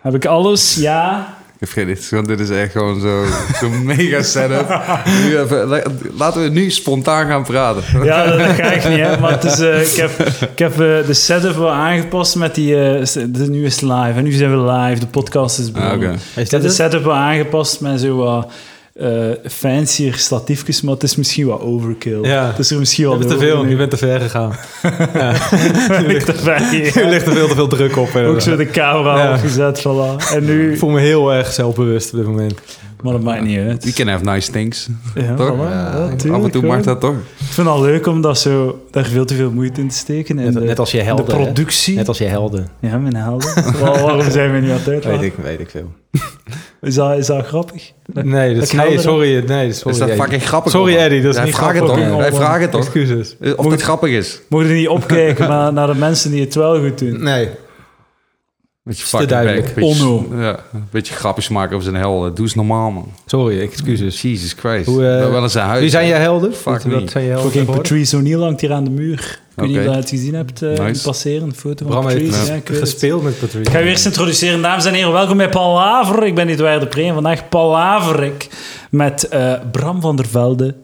Heb ik alles? Ja. Ik vergeet het, dit is echt gewoon zo'n mega setup. Laten we nu spontaan gaan praten. Ja, dat ga ik niet, hè. Maar het is, ik heb de setup wel aangepast met die... nu is het live, en nu zijn we live. De podcast is begonnen. Okay. Ik heb de setup wel aangepast met zo wat... fancier statiefjes, maar het is misschien wat overkill. Ja. Het is er misschien wel te veel. Je bent te ver gegaan. Ja. Er ligt er veel te veel druk op. Ook zo de camera opgezet, voilà. En nu... Ik voel me heel erg zelfbewust op dit moment. Maar dat maakt niet uit. You can have nice things. Ja, toch? Voilà, ja, tuurlijk, af en toe mag dat toch? Ik vind het al leuk om daar veel te veel moeite in te steken. Net als je helden. De productie. Net als je helden. Ja, mijn helden. Waarom zijn we niet aan het uitlachen? Weet ik veel. Is dat grappig? Sorry. Is dat fucking grappig? Sorry Eddie, dat is niet grappig. Wij vragen toch? Excuses. Of het grappig is. Mogen we niet opkijken naar de mensen die het wel goed doen? Nee. Beetje te duidelijk. Onno. Ja, een beetje grapjes maken over zijn helden. Doe eens normaal, man. Sorry, excuses. Jesus Christ. Wel eens zijn huis. Wie zijn je helden? Fuck Wat zijn je helden? Fucking Patrice O'Neal hangt hier aan de muur. Ik weet niet of je het gezien hebt passeren. Een foto van Patrice. Ja, gespeeld met Patrice. Ik ga u eerst introduceren. Dames en heren, welkom bij Palaver. Ik ben Edouard de Pre en vandaag Palaverik met Bram van der Velde.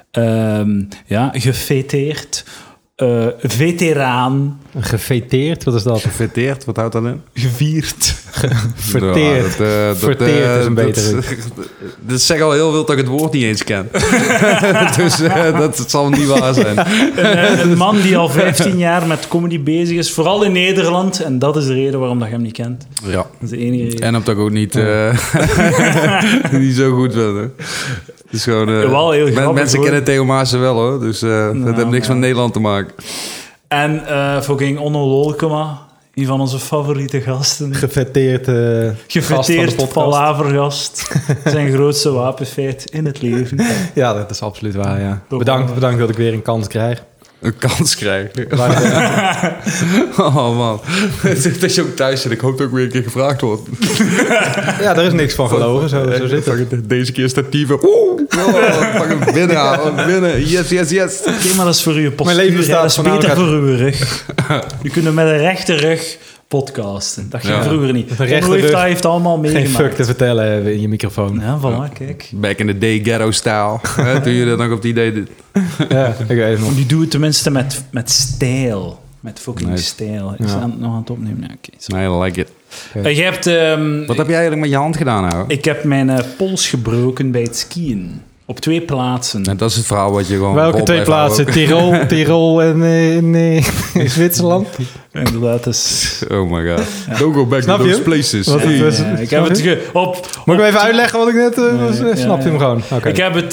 Gefeteerd. Veteraan. Gefeteerd? Wat is dat? Gefeteerd? Wat houdt dat in? Gevierd. Verteerd. Verteerd is een betere. Dat zegt al heel veel dat ik het woord niet eens ken. Dus dat zal niet waar zijn. Een man die al 15 jaar met comedy bezig is, vooral in Nederland. En dat is de reden waarom dat je hem niet kent. Ja. Dat is de enige reden. En omdat ik ook niet, niet zo goed vind. Het is gewoon, wel heel grappig, mensen kennen Theo Maassen wel, hoor. Dus dat heeft niks met Nederland te maken. En fucking Onno Lolkema, een van onze favoriete gasten. Gefeteerd palavergast. Zijn grootste wapenfeit in het leven. Ja, dat is absoluut waar, ja. Bedankt dat ik weer een kans krijg. Een kans krijg. Oh man. Dat je ook thuis zit. Ik hoop dat ik weer een keer gevraagd word. Ja, daar is niks van gelogen. Zo zit het. Deze keer statieve. Pak hem binnen. Yes. Oké, maar dat is voor uw postuur. Mijn leven staat dat is beter voor uw rug. Je kunt met een rechte rug podcasten. Dat ging vroeger niet. Onno heeft allemaal meegemaakt. Geen fuck te vertellen hebben in je microfoon. Ja, voilà, kijk. Back in the day ghetto-style. Toen je dat nog op die idee deed. Ja, ik weet nog. Nu doe het tenminste met stijl. Met fucking stijl. Is het nog aan het opnemen? Ja, okay, I like it. Je hebt, wat heb jij eigenlijk met je hand gedaan, nou? Ik heb mijn pols gebroken bij het skiën. Op 2 plaatsen. En dat is het verhaal wat je gewoon... Welke 2 plaatsen? Tirol en in Zwitserland? Inderdaad, dus... Oh my god. Ja. Don't go back to those places. Ik heb het Moet ik even uitleggen wat ik net... Snap je hem gewoon? Okay. Ik heb het...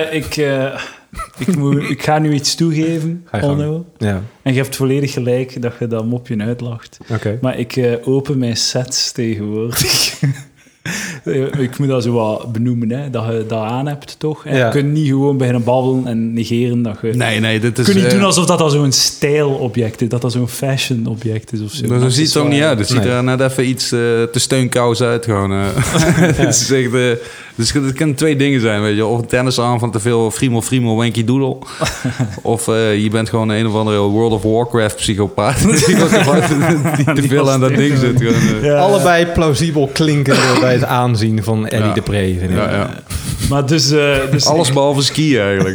Ik ga nu iets toegeven, Onno. Ja. En je hebt volledig gelijk dat je dat mopje uitlacht. Okay. Maar ik open mijn sets tegenwoordig. Ik moet dat zo wat benoemen, hè, dat je dat aan hebt, toch? En je kunt niet gewoon beginnen babbelen en negeren dat je... Nee, dit is... Je kunt niet doen alsof dat zo'n stijlobject is, dat zo'n fashion-object is of zo. Zo ziet het ook niet uit. Het ziet er net even iets te steunkous uit, gewoon. Het is echt... Dus het kunnen 2 dingen zijn, weet je. Of een tennisarm van te veel friemel, wanky doodle. Of je bent gewoon een of andere World of Warcraft psychopaat. Die te veel aan dat ding zit. Ja. Allebei plausibel klinken bij het aanzien van Eddie de Pre. Ja. Maar dus alles behalve skiën eigenlijk.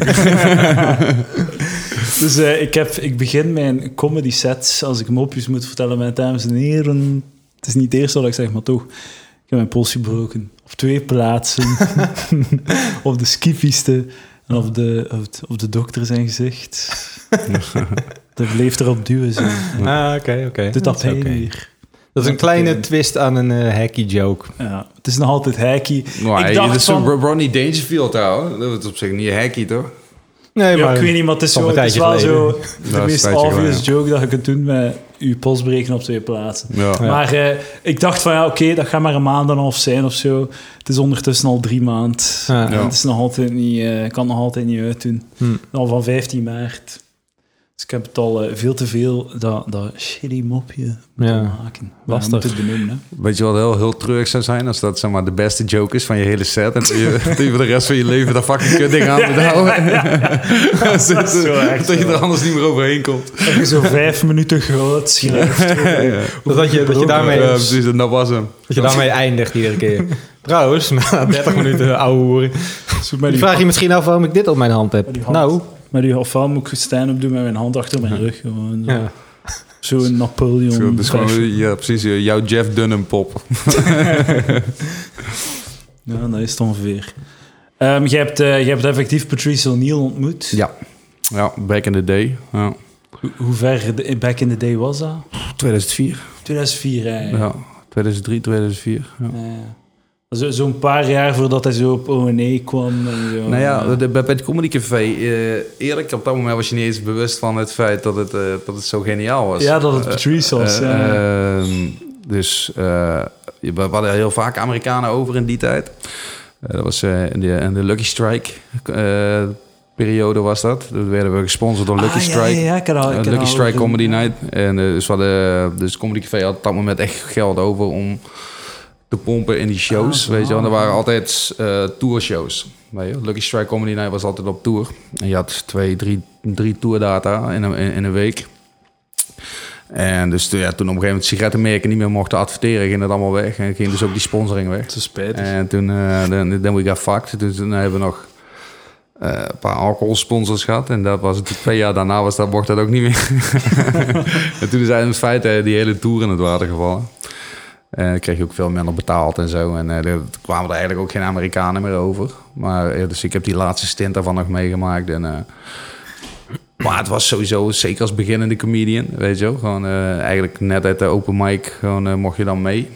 Dus ik begin mijn comedy sets, als ik mopjes moet vertellen met dames en heren. Het is niet het eerste wat ik zeg, maar toch. Ik heb mijn pols gebroken. Op 2 plaatsen. Op de skipiste en op de dokter zijn gezicht. Dat bleef erop duwen. Zo. Oké. Doet dat pijn weer. Dat is een kleine twist aan een hacky joke. Ja, het is nog altijd hacky. Ik dacht het is van... Rodney Dangerfield, hoor. Dat is op zich niet hacky, toch? Nee, maar ik weet niet, maar het is wel zo de meest obvious joke dat je kunt doen met je pols breken op 2 plaatsen. Ja. Maar ik dacht van oké, dat gaat maar een maand en een half zijn of zo. Het is ondertussen al 3 maanden. Het is nog altijd niet, kan nog altijd niet uitdoen. Al van 15 maart. Dus ik heb het al veel te veel dat shitty mopje moeten maken. Lastig. Moet het benoemen, hè. Weet je wat heel treurig zou zijn? Als dat zeg maar de beste joke is van je hele set. En dat je voor de rest van je leven dat fucking kutding aan moet houden. Dat is zo echt dat je zo. er anders niet meer overheen komt. Dat je zo 5 minuten groot schrijft. Dat je daarmee... Ja, precies. En dat was hem. Dat je daarmee eindigt iedere keer. Trouwens, na 30 minuten ouwe hoeren. Je vraag je misschien af waarom ik dit op mijn hand heb. Die hand. Nou, Maar die ofwel moet ik stand-up doen met mijn hand achter mijn rug. Gewoon. ja. Zo'n Napoleon. Zo, dus gewoon, ja, precies. Jouw Jeff Dunham pop. Ja, dat is het ongeveer. Je hebt effectief Patrice O'Neill ontmoet. Ja. Ja, back in the day. Ja. Hoe ver back in the day was dat? 2004. 2004, hè. Ja. 2003, 2004. Ja. Zo'n paar jaar voordat hij zo op O&E kwam. En zo. Nou ja, bij het Comedy Café, eerlijk, op dat moment was je niet eens bewust van het feit dat het zo geniaal was. Ja, dat het Patrice was. Dus we hadden heel vaak Amerikanen over in die tijd. Dat was in de Lucky Strike periode was dat. Toen werden we gesponsord door Lucky Strike. Ja, Lucky Strike Comedy Night. En dus we hadden, dus Comedy Café had op dat moment echt geld over om te pompen in die shows, weet je wel. En er waren altijd tourshows. Lucky Strike Comedy Night was altijd op tour. En je had 3 tourdata in een week. En dus toen op een gegeven moment sigarettenmerken niet meer mochten adverteren, ging het allemaal weg. En ging dus ook die sponsoring weg. Zo spijtig. En toen then we got fucked. Dus toen hebben we nog een paar alcoholsponsors gehad. En dat was het 2 jaar daarna mocht dat ook niet meer. En toen is eigenlijk in feite die hele tour in het water gevallen. En dan kreeg je ook veel minder betaald en zo. En er kwamen er eigenlijk ook geen Amerikanen meer over. Maar dus ik heb die laatste stint daarvan nog meegemaakt. En, maar het was sowieso, zeker als beginnende comedian, weet je wel. Gewoon eigenlijk net uit de open mic mocht je dan mee.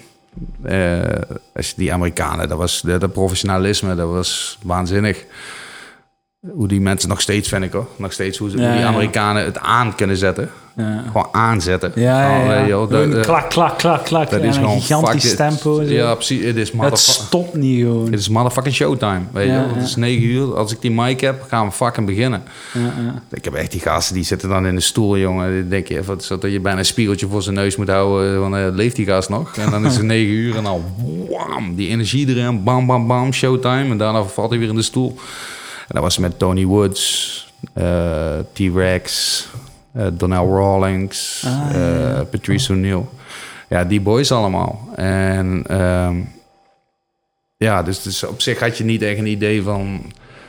Als je die Amerikanen, dat was dat professionalisme, dat was waanzinnig. Hoe die mensen nog steeds, vind ik hoor. Nog steeds hoe die Amerikanen het aan kunnen zetten. Ja. Gewoon aanzetten. Klak, klak, klak, klak. Dat is gewoon een gigantisch tempo. Zo. Ja, precies. Het stopt niet gewoon. Het is motherfucking showtime. Weet je wel? Het is 9 uur. Als ik die mic heb, gaan we fucking beginnen. Ik heb echt die gasten, die zitten dan in de stoel, jongen. Dan denk je dat je bijna een spiegeltje voor zijn neus moet houden. Want leeft die gast nog? En dan is het 9 uur en dan wam, die energie erin. Bam, bam, bam, showtime. En daarna valt hij weer in de stoel. En dat was met Tony Woods, T-Rex, Donnell Rawlings, Patrice O'Neill. Ja, die boys allemaal. En dus op zich had je niet echt een idee van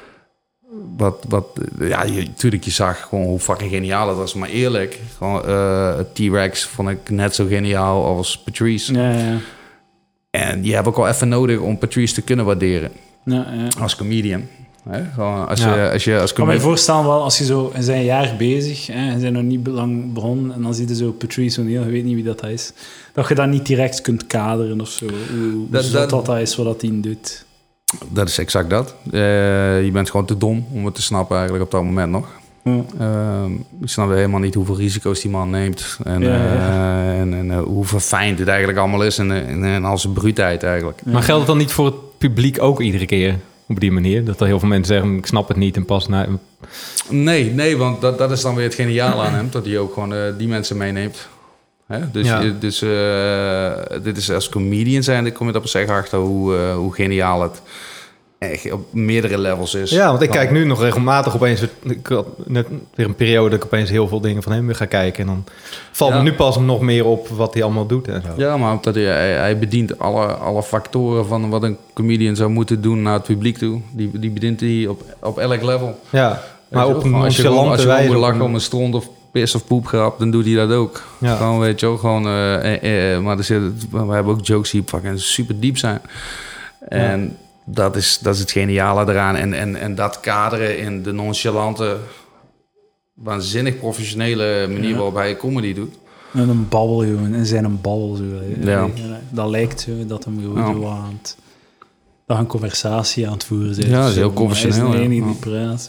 natuurlijk je zag gewoon hoe fucking geniaal het was. Maar eerlijk, T-Rex vond ik net zo geniaal als Patrice. Ja. En je hebt ook al even nodig om Patrice te kunnen waarderen. Ja. Als comedian. Gewoon als je ik kan me voorstellen, wel, als je zo in zijn jaar bezig, je bent nog niet lang begonnen, en dan zie je zo Patrice O'Neill, je weet niet wie dat is, dat je dat niet direct kunt kaderen of zo. Hoe dat is wat hij doet. Dat is exact dat. Je bent gewoon te dom om het te snappen eigenlijk op dat moment nog. Ik snap helemaal niet hoeveel risico's die man neemt. En hoe verfijnd het eigenlijk allemaal is. En al zijn bruutheid eigenlijk. Maar geldt het dan niet voor het publiek ook iedere keer? Op die manier, dat er heel veel mensen zeggen, ik snap het niet en pas naar... Nee, want dat is dan weer het geniale aan hem, dat hij ook gewoon die mensen meeneemt. Hè? Dus dit is als comedian zijn, dan kom je er pas echt achter hoe geniaal het echt op meerdere levels is. Ja, want ik kijk nu nog regelmatig opeens... Ik had net weer een periode dat ik opeens heel veel dingen van hem weer ga kijken. En dan valt me nu pas nog meer op wat hij allemaal doet en zo. Ja, maar omdat hij bedient alle factoren van wat een comedian zou moeten doen naar het publiek toe. Die bedient hij op elk level. Ja, maar op een als je gewoon moet lachen om een stront of pis of poepgrap, dan doet hij dat ook. Ja. Gewoon, weet je wel, gewoon... maar we hebben ook jokes die fucking super diep zijn. En... Dat is het geniale eraan. En dat kaderen in de nonchalante, waanzinnig professionele manier waarop hij comedy doet. En een babbel, gewoon. En zijn een babbel. Zo. Ja. Dat lijkt zo dat hem gewoon dat een conversatie aan het voeren is. Ja, dat is heel conventioneel. Hij is de enige die praat.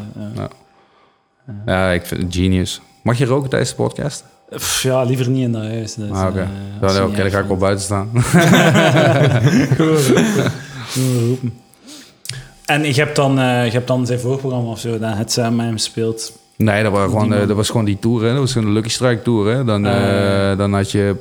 Ja, ik vind het genius. Mag je roken tijdens de podcast? Ja, liever niet in dat huis. Oké. Dan ga ik wel buiten staan. En je hebt dan zijn voorprogramma of zo, dat het samen met hem speelt. Nee, dat was gewoon die tour. Hè. Dat was een Lucky Strike tour. Hè. Dan had je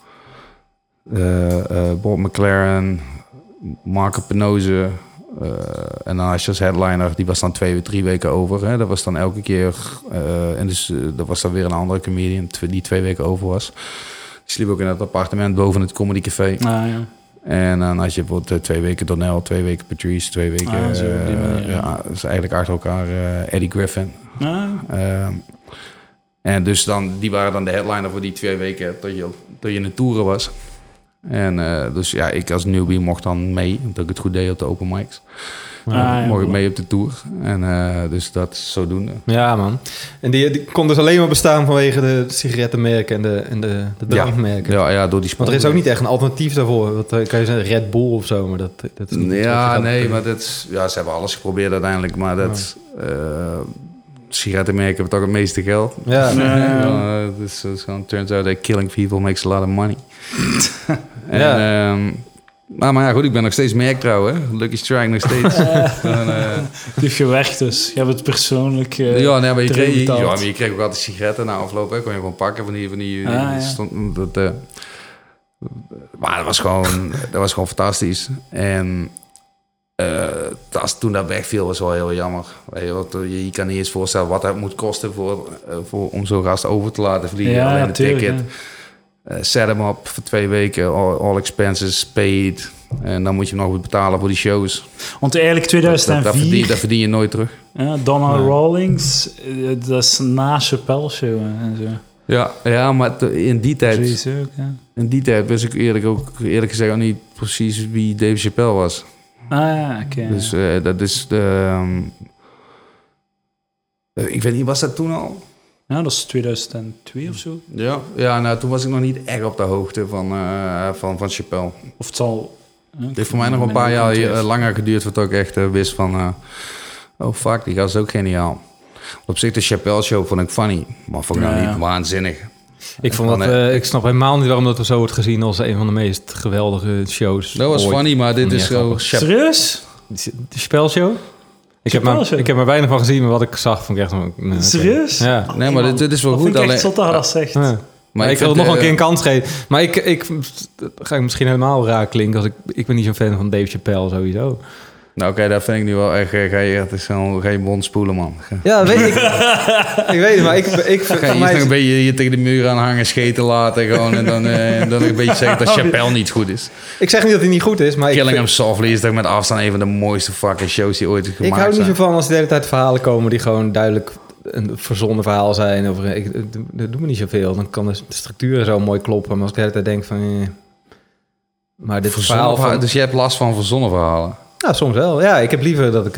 Bob McLaren, Marco Penoze. En dan als je als headliner, die was dan 3 weken over. Hè. Dat was dan elke keer. En dus dat was dan weer een andere comedian die 2 weken over was. Die sliep ook in het appartement boven het Comedy Café. Ja. En dan had je bijvoorbeeld 2 weken Donnell, 2 weken Patrice, 2 weken... dus eigenlijk achter elkaar Eddie Griffin. En dus die waren dan de headliner voor die 2 weken tot je in de toeren was. En dus ja, ik als newbie mocht dan mee, omdat ik het goed deed op de open mics. Mocht ik mee op de tour. En dus dat zodoende. Ja, man. En die kon dus alleen maar bestaan vanwege de sigarettenmerken en de drankmerken. Ja, door die sponsor. Want er is ook niet echt een alternatief daarvoor. Wat kan je zeggen, Red Bull of zo, maar dat is niet... maar ze hebben alles geprobeerd uiteindelijk, maar sigarettenmerken hebben toch het meeste geld. Dus het turns out that killing people makes a lot of money. Maar ja, goed, ik ben nog steeds merktrouw, hè. Lucky Strike nog steeds. Die heeft gewerkt dus. Je hebt het persoonlijk maar je kreeg ook altijd sigaretten na afloop. Hè. Kon je gewoon pakken van die maar dat was gewoon fantastisch. En toen dat wegviel, was wel heel jammer. Je kan niet eens voorstellen wat het moet kosten om zo'n gast over te laten vliegen. Alleen de ticket. Set hem op voor 2 weken, all expenses paid. En dan moet je nog betalen voor die shows. Want eigenlijk 2004... Dat verdien je nooit terug. Ja, Donna Rawlings, dat is na Chappelle Show en zo. Ja, maar in die tijd... Ook, ja. In die tijd wist ik eerlijk gezegd ook niet precies wie Dave Chappelle was. Oké. Dus dat is de... ik weet niet, was dat toen al? Ja, dat is 2002 of zo. Ja, toen was ik nog niet echt op de hoogte van Chappelle. Of het zal... Het heeft voor mij nog een paar jaar langer geduurd voordat ik echt wist van... oh fuck, die gast is ook geniaal. Op zich de Chappelle Show vond ik funny, maar vond ik nou niet waanzinnig. Ik snap helemaal niet waarom dat zo wordt gezien als een van de meest geweldige shows. Dat was funny, maar dit is zo... Serieus? De Chappelle Show? Ik heb er weinig van gezien, maar wat ik zag vond ik echt... Serieus? Ja. Nee, maar dit is wel goed. Ik vind het echt zot dat dat zegt. Ja. Maar ik wil het nog een keer een kans geven. Maar ik ga ik misschien helemaal raar klinken als ik ben niet zo'n fan van Dave Chappelle sowieso. Nou oké, dat vind ik nu wel echt... Ga je mond spoelen, man. Ja, weet ik. Ik weet het, maar ik ga je nog een beetje hier tegen de muur aan hangen, scheten laten gewoon... en dan een beetje zeggen dat Chappelle niet goed is. Ik zeg niet dat hij niet goed is, maar... Killing Him Softly is toch met afstand een van de mooiste fucking shows die ooit gemaakt zijn. Ik hou niet zo van als de hele tijd verhalen komen die gewoon duidelijk een verzonnen verhaal zijn. Dat doet me niet zoveel. Dan kan de structuur zo mooi kloppen, maar als ik de hele tijd denk van... maar dit verhaal van... Dus je hebt last van verzonnen verhalen? Ja, soms wel. Ja, ik heb liever dat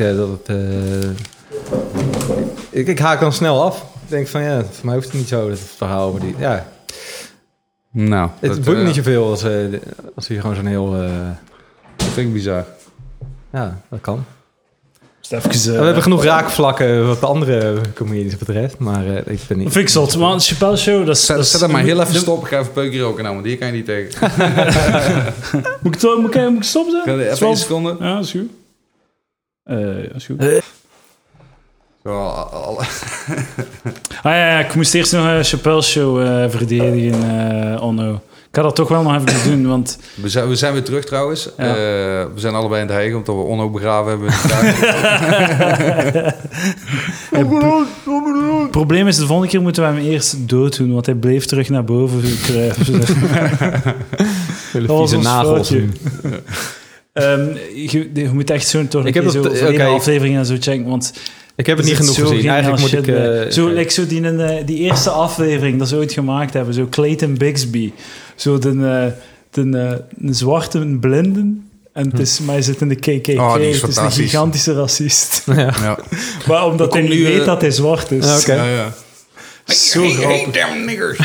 ik haak dan snel af. Ik denk van ja, voor mij hoeft het niet zo, dat verhaal. Maar Nou, het boeit me niet zoveel als je gewoon zo'n heel... dat vind ik bizar. Ja, dat kan. We hebben genoeg raakvlakken wat de andere comedies betreft, maar ik ben niet... Vind ik zot, man. Chappelle Show, dat is... Zet dat maar heel even stoppen. Ik ga even peukje roken nou, want hier kan je niet tegen. Moet ik stoppen? Even 1 seconde. Ja, dat is goed. Is goed. Ik moest eerst nog een Chappelle Show verdedigen, Onno. Ik ga dat toch wel nog even doen, want... We zijn weer terug trouwens. Ja. We zijn allebei in het heigen, omdat we Onno begraven hebben. Het probleem is, de volgende keer moeten we hem eerst dood doen, want hij bleef terug naar boven kruipen. Vieze nagels. Je moet echt zo'n toch een aflevering en zo checken, want... Ik heb het niet genoeg gezien. Eigenlijk moet ik... die eerste aflevering dat ze ooit gemaakt hebben, zo Clayton Bigsby. Zo een zwarte blinden. En maar hij zit in de KKK. Die is het is een gigantische racist. Ja. Maar omdat hij niet weet dat hij zwart is. Ja. Zo grappig. Damn niggers.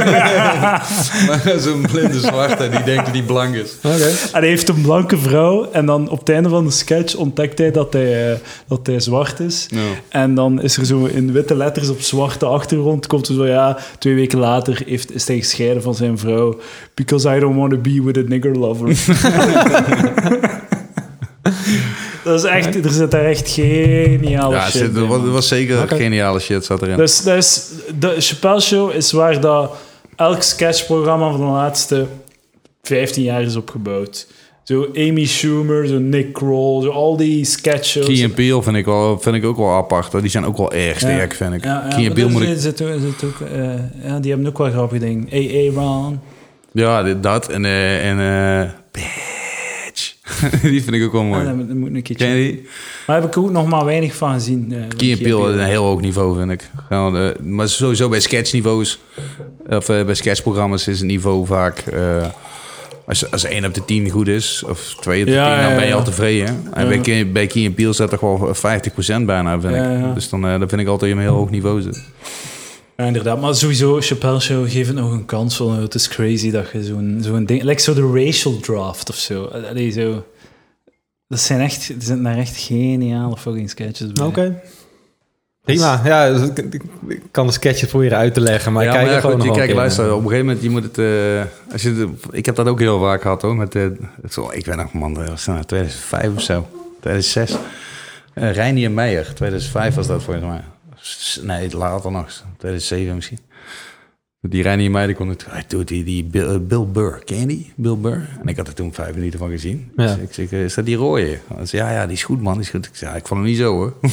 Zo'n blinde zwarte die denkt dat hij blank is. Okay. En hij heeft een blanke vrouw. En dan op het einde van de sketch ontdekt hij dat hij zwart is. No. En dan is er zo in witte letters op zwarte achtergrond. Komt er zo, 2 weken later is hij gescheiden van zijn vrouw. Because I don't want to be with a nigger lover. Dat is echt, er zit daar echt geniale Ja, shit in. er was zeker geniale shit zat erin. Dus de Chappelle Show is waar dat elk sketchprogramma van de laatste 15 jaar is opgebouwd. Zo Amy Schumer, zo Nick Kroll, zo al die sketchshows. Key and Peele vind ik ook wel apart. Die zijn ook wel erg sterk, vind ik. Key and Peele moet ik... die hebben ook wel grappige dingen. A.A. Ron. Ja, dat en bitch. Die vind ik ook wel mooi. Dat moet een keertje. Ken je die? Maar heb ik ook nog maar weinig van gezien. Key and Peele is een heel hoog niveau, vind ik. Gewoon, maar sowieso bij sketchniveaus, of bij sketchprogramma's is het niveau vaak... Als 1 op de 10 goed is, of 2 op de 10, dan ben je al tevreden. En bij Key and Peele staat toch wel 50% bijna, vind ik. Dus dan vind ik altijd een heel hoog niveau zit. Ja, inderdaad. Maar sowieso, Chappelle Show, geef het nog een kans. Want het is crazy dat je zo'n ding... Like zo de racial draft of zo. Allee, zo. Er zijn daar echt geniale fucking sketches bij. Oké. Prima. Ja, ik kan de sketches proberen uit te leggen, maar ik kijk er gewoon nog kijk, luister, op een gegeven moment, je moet het... ik heb dat ook heel vaak gehad, hoor. Ik ben nog, man, dat was 2005 of zo. 2006. Reinier Meijer, 2005 was dat volgens mij. Nee, later nog. 2007 misschien. Die Reinier Meijer, die kon het... Hij doet die Bill Burr. Ken je die? Bill Burr? En ik had er toen 5 minuten van gezien. Ja. Dus ik zeg, is dat die rode? Hij zei, ja, die is goed, man. Die is goed. Ik zei, ik vond hem niet zo, hoor.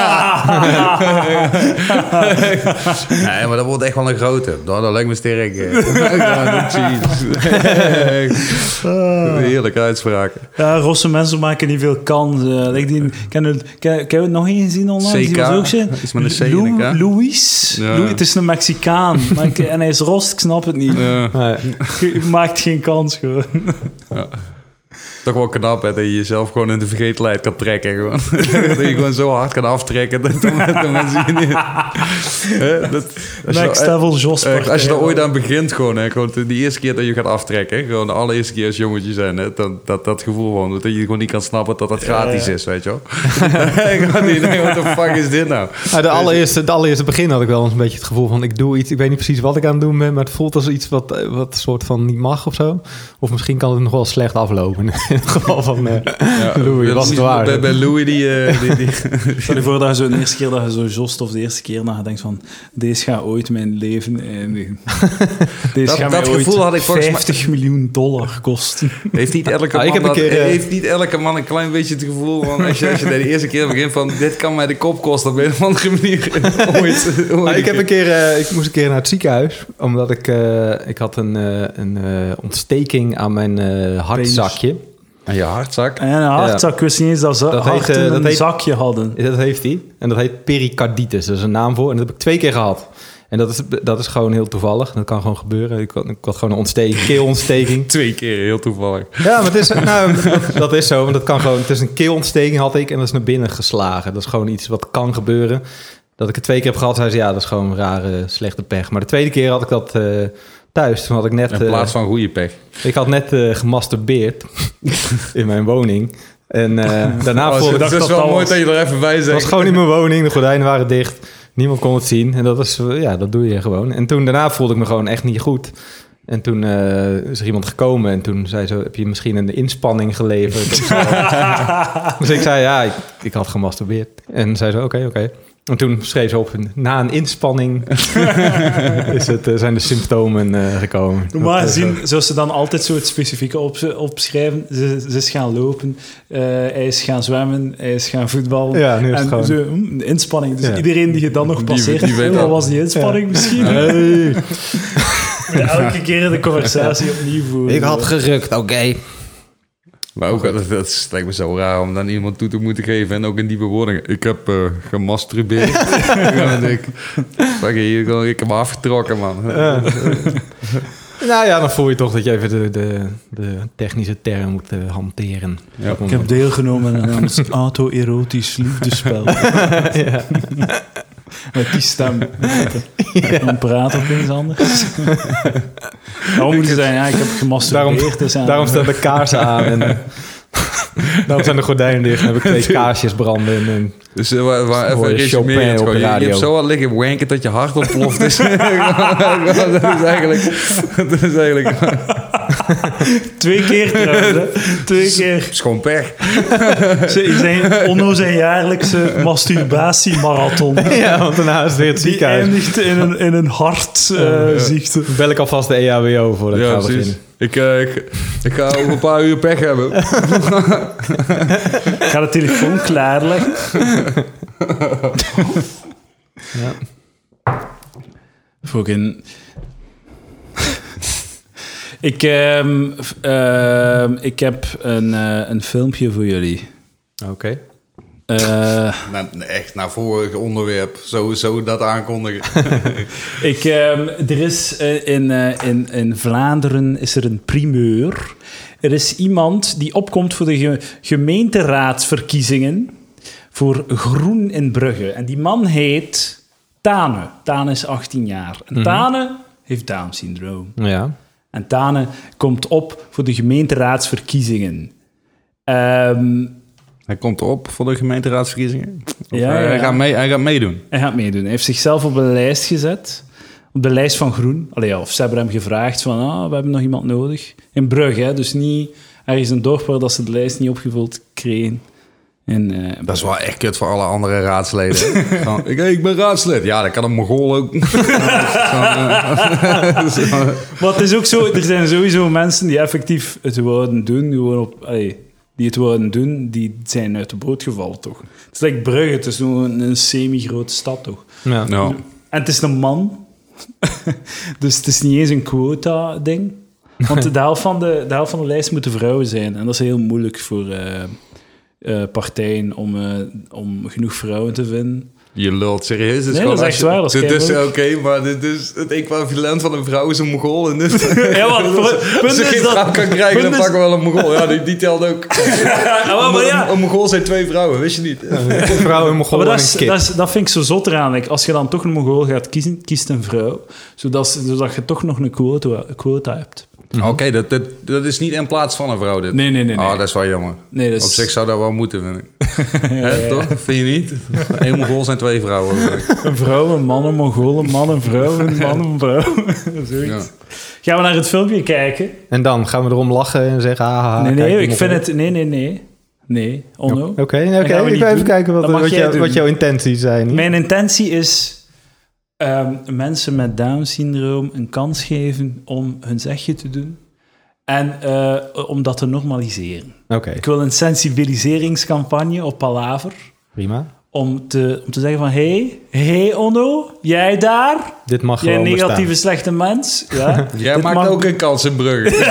Nee, maar dat wordt echt wel een grote. Dat lijkt me sterk. Heerlijke uitspraken. Ja, rosse mensen maken niet veel kans. Ken je het nog eens gezien online? CK? Is met een C Luis? Ja. Het is een Mexicaan. En hij is rost, ik snap het niet. Ja. Je maakt geen kans, gewoon. Ja. Toch wel knap, hè, dat je jezelf gewoon in de vergetelheid kan trekken. Gewoon. Dat je gewoon zo hard kan aftrekken. Dat mensen je niet... Next level Jos. Als je er ooit aan begint, gewoon de eerste keer dat je gaat aftrekken. Gewoon de allereerste keer als jongetje zijn. Hè, dat gevoel van, dat je gewoon niet kan snappen dat dat gratis is, weet je wel. Ik had niet denken, what the fuck is dit nou? De allereerste begin had ik wel een beetje het gevoel van, ik doe iets. Ik weet niet precies wat ik aan het doen ben, maar het voelt als iets wat soort van niet mag of zo. Of misschien kan het nog wel slecht aflopen. In het geval van Louis, was het waar. Bij Louis Stel je voor dat je zo de eerste keer dat je zo jost, of de eerste keer dat je denkt van, deze gaat ooit mijn leven eindigen. Deze gaat mij ooit had ik $50 miljoen kosten. Heeft niet elke man een klein beetje het gevoel van, als je de eerste keer begint van, dit kan mij de kop kosten op een of andere manier. Ik moest een keer naar het ziekenhuis, omdat ik had een ontsteking aan mijn hartzakje. En je hartzak? En een hartzak, ik wist niet eens dat ze harten een zakje hadden. Dat heeft hij. En dat heet pericarditis. Dat is een naam voor. En dat heb ik 2 keer gehad. En dat is gewoon heel toevallig. Dat kan gewoon gebeuren. Ik had gewoon een ontsteking, keelontsteking. 2 keer, heel toevallig. Ja, maar dat is zo. Want dat kan gewoon. Het is een keelontsteking had ik en dat is naar binnen geslagen. Dat is gewoon iets wat kan gebeuren. Dat ik het 2 keer heb gehad, zei ze, ja, dat is gewoon rare, slechte pech. Maar de tweede keer had ik dat... thuis, toen had ik net... In plaats van goede pech. Ik had net gemasturbeerd in mijn woning. En daarna voelde ik dat... Het is wel mooi dat je er even bij zegt. Het was gewoon in mijn woning, de gordijnen waren dicht. Niemand kon het zien. En dat doe je gewoon. En toen daarna voelde ik me gewoon echt niet goed. En toen is er iemand gekomen en toen zei ze, heb je misschien een inspanning geleverd? Dus ik zei, ja, ik had gemasturbeerd. En zei ze, oké. En toen schreef ze op, na een inspanning zijn de symptomen gekomen. Normaal gezien, zoals ze dan altijd zo het specifieke opschrijven. Ze is gaan lopen, hij is gaan zwemmen, hij is gaan voetballen. Ja, nu is het gewoon... Zo, inspanning. Dus iedereen die je dan nog passeert, die weet wat was die inspanning misschien? Hey. Elke keer de conversatie opnieuw voeren. Ik had gerukt, oké. Maar ook, dat lijkt me zo raar om dan iemand toe te moeten geven. En ook in die bewoordingen. Ik heb gemasturbeerd. Ik heb me afgetrokken, man. Nou ja, dan voel je toch dat je even de technische term moet hanteren. Ja. Ik heb deelgenomen aan het auto-erotisch liefdespel. Ja. Met die stem. Dan praat ook eens anders. Waarom moet je zeggen, ja, ik heb gemasturbeerd. Daarom staan de kaarsen aan en daarom zijn de gordijnen dicht en heb ik 2 kaarsjes branden. En dus even resumeren. Je hebt zo al liggen wanken dat je hart ontploft is. Dat is eigenlijk... 2 keer trouwens, hè. 2 keer. Het is gewoon pech. Onno zijn jaarlijkse masturbatiemarathon. Ja, want daarna is het weer het Die ziekenhuis. eindigt in een hartziekte. Bel ik alvast de EHBO voordat ik ga beginnen. Ik ga over een paar uur pech hebben. Ik ga de telefoon klaarleggen. Ja. Fucking... Ik heb een filmpje voor jullie. Oké. Echt naar vorig onderwerp. Sowieso dat aankondigen. Er is in Vlaanderen is er een primeur. Er is iemand die opkomt voor de gemeenteraadsverkiezingen voor Groen in Brugge. En die man heet Tane. Tane is 18 jaar. En Tane heeft Down-syndroom. Ja. En Tane komt op voor de gemeenteraadsverkiezingen. Hij komt op voor de gemeenteraadsverkiezingen. Hij gaat meedoen. Hij gaat meedoen. Hij heeft zichzelf op een lijst gezet. Op de lijst van Groen. Of ze hebben hem gevraagd van... we hebben nog iemand nodig. In Brugge, hè, dus niet ergens een dorp waar dat ze de lijst niet opgevuld kregen. Dat is wel echt kut voor alle andere raadsleden. Ik ben raadslid. Ja, dat kan een Mongool ook. Maar het is ook zo... Er zijn sowieso mensen die effectief het wouden doen. Die het wouden doen, die zijn uit de boot gevallen, toch? Het is like Brugge. Het is een semi-grote stad, toch? Ja. Ja. En het is een man. Dus het is niet eens een quota-ding. Want de helft van de lijst moeten vrouwen zijn. En dat is heel moeilijk voor partijen om genoeg vrouwen te vinden. Je lult serieus. Nee, dat is echt waar. Dit is oké, maar dit is het equivalent van een vrouw is een Mongool. En dit... Ja, maar als je geen vrouw kan krijgen, dan pakken we wel een Mongool. Ja, die telt ook. Een Mongool zijn 2 vrouwen, wist je niet? Een vrouw en Mongool en een kip. Dat vind ik zo zot eraan. Like, als je dan toch een Mongool gaat kiezen, kiest een vrouw. Zodat je toch nog een quota hebt. Oké, dat is niet in plaats van een vrouw dit. Nee. Oh, dat is wel jammer. Nee, dat is... Op zich zou dat wel moeten, vind ik. Toch? Vind je niet? 1 Mongool zijn 2 vrouwen. Een vrouw, een man, een Mongool, een man, een vrouw, een man, een vrouw. Zoiets. Ja. Gaan we naar het filmpje kijken? En dan gaan we erom lachen en zeggen... Nee, ik vind het... Nee, Onno. Oké, ik ga even kijken wat jouw intenties zijn. Mijn intentie is... mensen met Down-syndroom een kans geven om hun zegje te doen. En om dat te normaliseren. Okay. Ik wil een sensibiliseringscampagne op Palaver. Prima. Om te zeggen van... Hey Onno, jij daar? Dit mag jij gewoon negatieve, bestaan. slechte mens. Ja, jij maakt ook een kans in Brugge.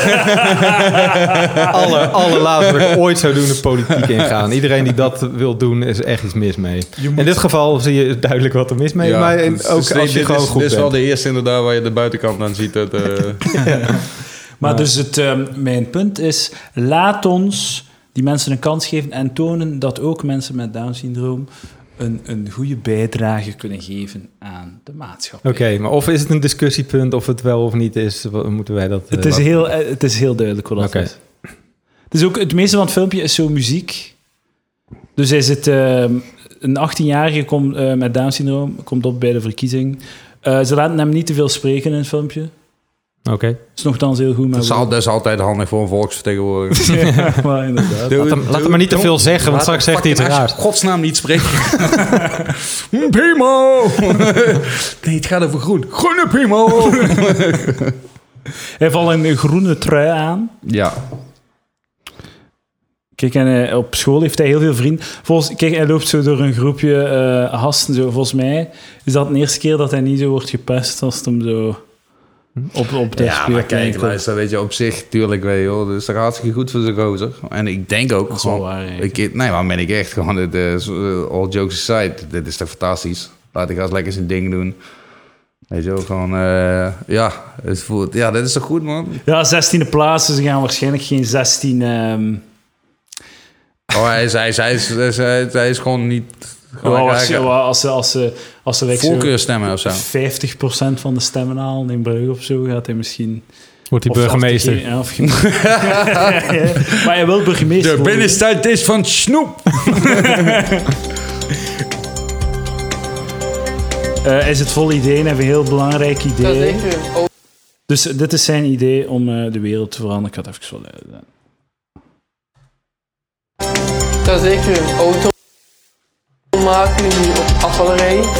alle laatste wat ik ooit zou doen de politiek ingaan. Iedereen die dat wil doen, is echt iets mis mee. In dit geval zie je duidelijk wat er mis mee is. Maar ook als je gewoon goed bent. Dit is wel de eerste inderdaad waar je de buitenkant aan ziet. Maar dus mijn punt is... Laat ons die mensen een kans geven en tonen dat ook mensen met Down-syndroom een goede bijdrage kunnen geven aan de maatschappij. Oké, maar of is het een discussiepunt of het wel of niet is? Moeten wij dat... Het is heel duidelijk wat dat is. Het is ook, het meeste van het filmpje is zo muziek. Dus hij zit... een 18-jarige met Down-syndroom komt op bij de verkiezing. Ze laten hem niet te veel spreken in het filmpje. Oké. Dat is nogthans heel goed. Dat is altijd handig voor een volksvertegenwoordiger. Ja, maar inderdaad. Laat hem maar niet te veel zeggen, want straks zegt hij iets raars. Godsnaam niet spreken. Primo! Nee, het gaat over groen. Groene primo! Hij heeft al een groene trui aan. Ja. Kijk, en op school heeft hij heel veel vrienden. Kijk, hij loopt zo door een groepje gasten. Zo. Volgens mij is dat de eerste keer dat hij niet zo wordt gepest als het hem zo... Op de maar kijk, luister, weet je, op zich, tuurlijk, weet je wel. Dus dat gaat hartstikke goed voor zijn gozer. En ik denk ook... Dat is wel waar, maar ben ik echt gewoon... all jokes aside, dit is toch fantastisch. Laat ik eens lekker zijn ding doen. Weet je wel, gewoon... het voelt... Ja, dit is toch goed, man? Ja, 16e plaats, dus ze gaan waarschijnlijk geen 16... hij is gewoon niet... Als ze voorkeurstemmen of zo. 50% van de stemmen halen in Brugge of zo, gaat hij misschien... Wordt hij burgemeester. Maar hij wil burgemeester de binnenstad is van snoep. Is het vol ideeën, hebben een heel belangrijk idee. Dus dit is zijn idee om de wereld te veranderen. Ik ga het even wel uitleggen. Ik zou zeker een auto maken die op afval rijdt.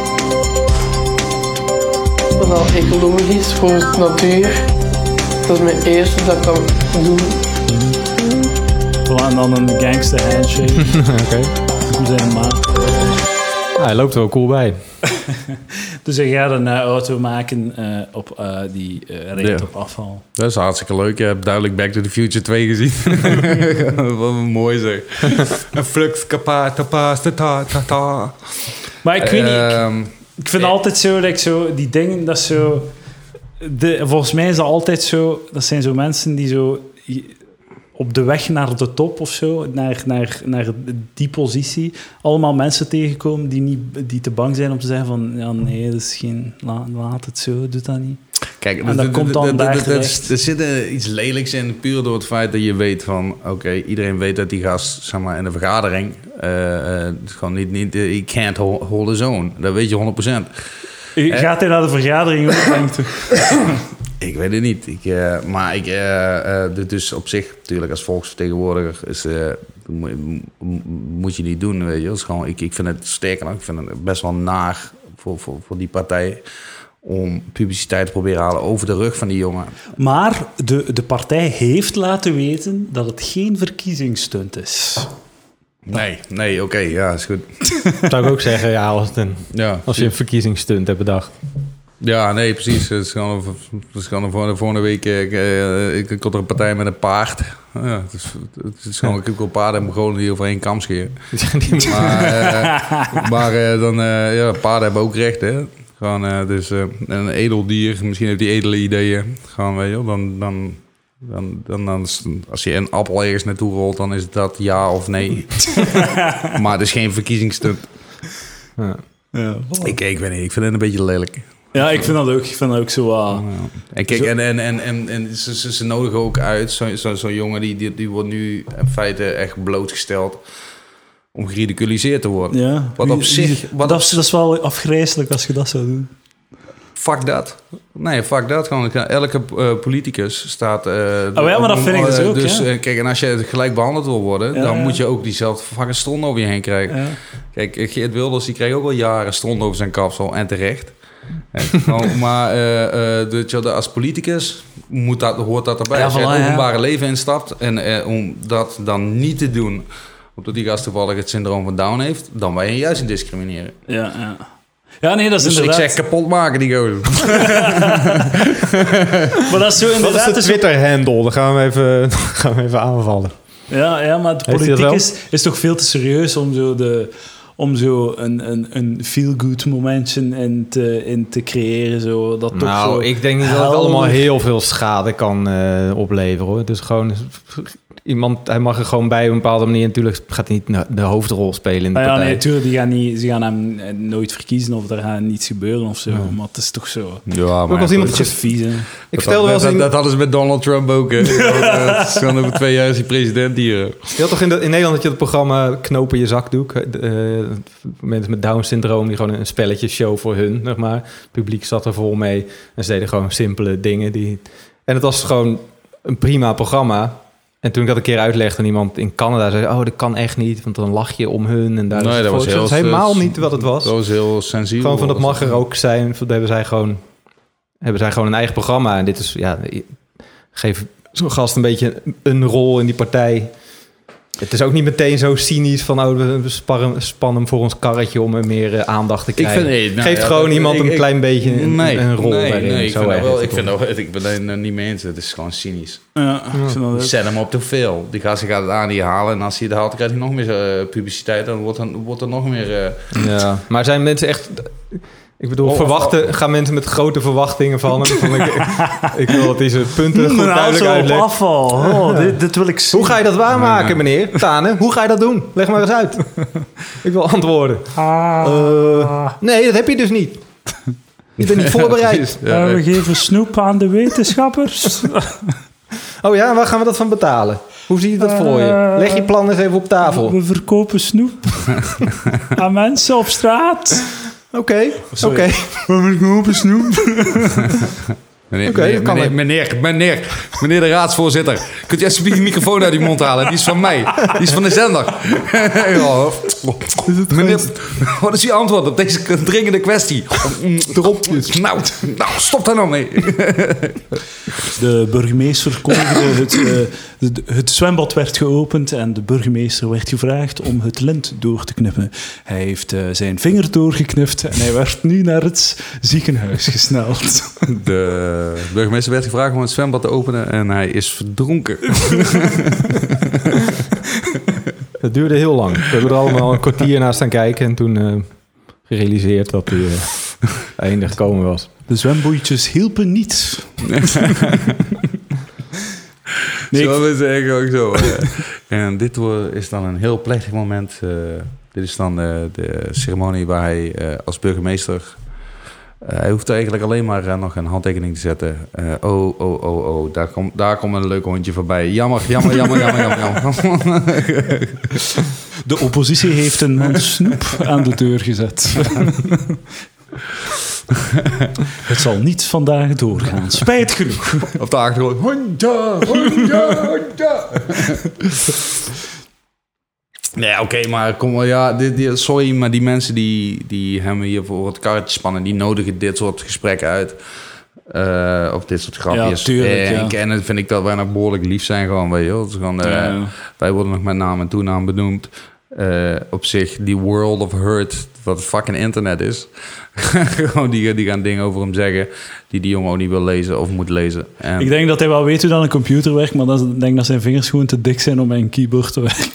Wat al ecologisch is voor de natuur. Dat is mijn eerste dat ik kan doen. Voilà, en dan een gangster handshake. Oké. We zijn maat. Ja, hij loopt er wel cool bij. Dus hij gaat een auto maken die rijdt op afval. Dat is hartstikke leuk. Je hebt duidelijk Back to the Future 2 gezien. Wat mooi zeg. Een flux capacitata. Maar ik weet niet... Ik vind altijd zo dat ik zo... Die dingen, dat zo... Volgens mij is dat altijd zo... Dat zijn zo mensen die zo... Op de weg naar de top of zo, naar die positie, allemaal mensen tegenkomen die te bang zijn om te zeggen van, ja nee, dat is geen... Laat het zo, doe dat niet. Kijk, en dat komt dan daar terecht. Er zit iets lelijks in, puur door het feit dat je weet van... Oké, iedereen weet dat die gast, zeg maar, in de vergadering... gewoon niet he can't hold his own. Dat weet je 100%. Gaat hij naar de vergadering ook, denkt u? Ik weet het niet. Dus op zich, natuurlijk, als volksvertegenwoordiger is, moet je niet doen, weet je. Dat is gewoon, ik vind het sterker nog, ik vind het best wel naar voor die partij om publiciteit te proberen halen over de rug van die jongen. Maar de partij heeft laten weten dat het geen verkiezingsstunt is. Nee, oké, ja, is goed. Zou ik ook zeggen, ja, als je een verkiezingsstunt hebt bedacht. Ja, nee, precies. Het is gewoon de volgende week... Ik kom er een partij met een paard. Ja, het is gewoon... Ik wil paarden en Mongolen die over één kam scheren. Maar paarden hebben ook recht, hè. Gewoon, dus een edel dier. Misschien heeft die edele ideeën. Gewoon, weet je wel, dan als je een appel ergens naartoe rolt, dan is dat ja of nee. Maar het is geen verkiezingsstunt. Ja. Ja, voilà. Ik weet niet, ik vind het een beetje lelijk. Ja, ik vind dat ook. Ik vind dat ook zo... En kijk, en ze nodigen ook uit. Zo'n jongen die wordt nu in feite echt blootgesteld om geridiculiseerd te worden. Ja. Wat op zich... Dat is wel afgrijselijk als je dat zou doen. Fuck dat. Nee, fuck dat. Gewoon, elke politicus staat... maar dat vind ik dus ook, dus, ja. Kijk, en als je gelijk behandeld wil worden... dan moet je ook diezelfde fucking stront over je heen krijgen. Ja. Kijk, Geert Wilders, die kreeg ook al jaren stront over zijn kapsel. En terecht. Maar als politicus hoort dat erbij. Als je het openbare leven instapt... en om dat dan niet te doen... omdat die gast toevallig het syndroom van Down heeft... dan ben je juist in discrimineren. Ja. Ja, nee, dat is dus inderdaad... ik zeg kapot maken, die gozer. Maar dat is zo inderdaad... Wat is de Twitter-handle? Dan gaan we even aanvallen. Ja, maar de politiek is toch veel te serieus om zo een feel-good momentje in te creëren. Zo, dat toch zo ik denk niet dat het allemaal heel veel schade kan opleveren, hoor. Dus gewoon... hij mag er gewoon bij op een bepaalde manier. Natuurlijk gaat hij niet de hoofdrol spelen in de partij. Nee, natuurlijk. Ze gaan hem nooit verkiezen of er gaat niets gebeuren of zo. Ja. Maar het is toch zo. Ja, maar als iemand vies, ik vertelde wel eens... Dat hadden ze met Donald Trump ook. Het is gewoon over 2 jaar is hij president hier. Je had toch in Nederland dat je het programma Knopen je zakdoek. Mensen met Down-syndroom die gewoon een spelletje show voor hun, zeg maar. Het publiek zat er vol mee. En ze deden gewoon simpele dingen. En het was gewoon een prima programma. En toen ik dat een keer uitlegde aan iemand in Canada, zei dat kan echt niet, want dan lach je om hun. En daar nee, dat was helemaal niet wat het was. Dat was heel sensibel. Gewoon van, dat mag er ook zijn. Dat hebben zij gewoon een eigen programma. En dit is, geef zo'n gast een beetje een rol in die partij. Het is ook niet meteen zo cynisch van... we spannen hem voor ons karretje om meer aandacht te krijgen. Geeft gewoon iemand een klein beetje een rol daarin. Nee, ik ben het niet mee eens. Het is gewoon cynisch. Ja. Zet hem op te veel. Die gaat het aan die halen. En als hij het haalt, dan krijgt hij nog meer publiciteit. Dan wordt er nog meer... Ja, maar zijn mensen echt... Ik bedoel, gaan mensen met grote verwachtingen van hem. Ik wil dat deze punten goed duidelijk uitleggen. Afval. Dit wil ik zien. Hoe ga je dat waarmaken, meneer Tane? Hoe ga je dat doen? Leg maar eens uit. Ik wil antwoorden. Nee, dat heb je dus niet. Je bent niet voorbereid. We geven snoep aan de wetenschappers. Oh ja, waar gaan we dat van betalen? Hoe zie je dat voor je? Leg je plan eens even op tafel. We verkopen snoep aan mensen op straat. Oké. We verkopen snoep. Meneer de raadsvoorzitter. Kunt u alsjeblieft die microfoon uit uw mond halen? Die is van mij. Die is van de zender. Meneer, wat is uw antwoord op deze dringende kwestie? Dropjes. Nou, stop daar nou mee. De burgemeester kondigde het zwembad werd geopend en de burgemeester werd gevraagd om het lint door te knippen. Hij heeft zijn vinger doorgeknipt en hij werd nu naar het ziekenhuis gesneld. De burgemeester werd gevraagd om het zwembad te openen en hij is verdronken. Het duurde heel lang. We hebben er allemaal een kwartier naar staan kijken en toen gerealiseerd dat hij einde gekomen was. De zwemboeitjes hielpen niet. Nee, zo we zeggen ook zo. En dit is dan een heel plechtig moment. Dit is dan de ceremonie waar hij als burgemeester... hij hoeft eigenlijk alleen maar nog een handtekening te zetten. Daar komt een leuk hondje voorbij. Jammer. De oppositie heeft een man snoep aan de deur gezet. Het zal niet vandaag doorgaan. Spijt genoeg. Op de achtergrond. Honda. Nee, oké, maar kom wel, ja, sorry, maar die mensen die hem hier voor het karretje spannen, die nodigen dit soort gesprekken uit. Of dit soort grapjes. Ja, tuurlijk, En dan vind ik dat wij nog behoorlijk lief zijn gewoon, weet je wel. Dus gewoon, wij worden nog met naam en toenaam benoemd. Op zich, die world of hurt, wat het fucking internet is. Gewoon die gaan dingen over hem zeggen die jongen ook niet wil lezen of moet lezen. En ik denk dat hij wel weet hoe dan een computer werkt, maar ik denk dat zijn vingers gewoon te dik zijn om met een keyboard te werken.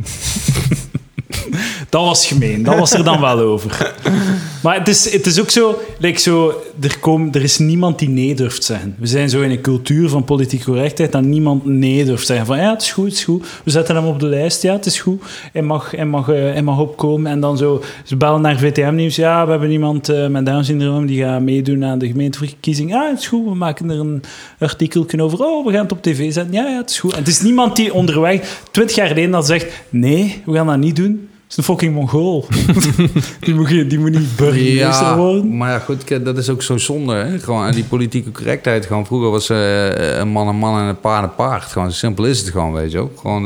Dat was gemeen, dat was er dan wel over. Maar het is ook zo, er is niemand die nee durft zeggen. We zijn zo in een cultuur van politieke correctheid dat niemand nee durft zeggen. Van ja, het is goed, we zetten hem op de lijst, ja, het is goed. Hij mag opkomen. En dan zo, ze bellen naar VTM-nieuws, ja, we hebben iemand met Down-syndroom die gaat meedoen aan de gemeenteverkiezing. Ja, het is goed, we maken er een artikeltje over. Oh, we gaan het op tv zetten. Ja, het is goed. En het is niemand die onderweg 20 jaar geleden dat zegt, nee, we gaan dat niet doen. Het is een fucking Mongool. die moet niet burgemeester worden. Maar ja, goed, dat is ook zo zonde. Hè? Gewoon, en die politieke correctheid. Gewoon, vroeger was een man en een paard. Gewoon, zo simpel is het gewoon, weet je ook. Gewoon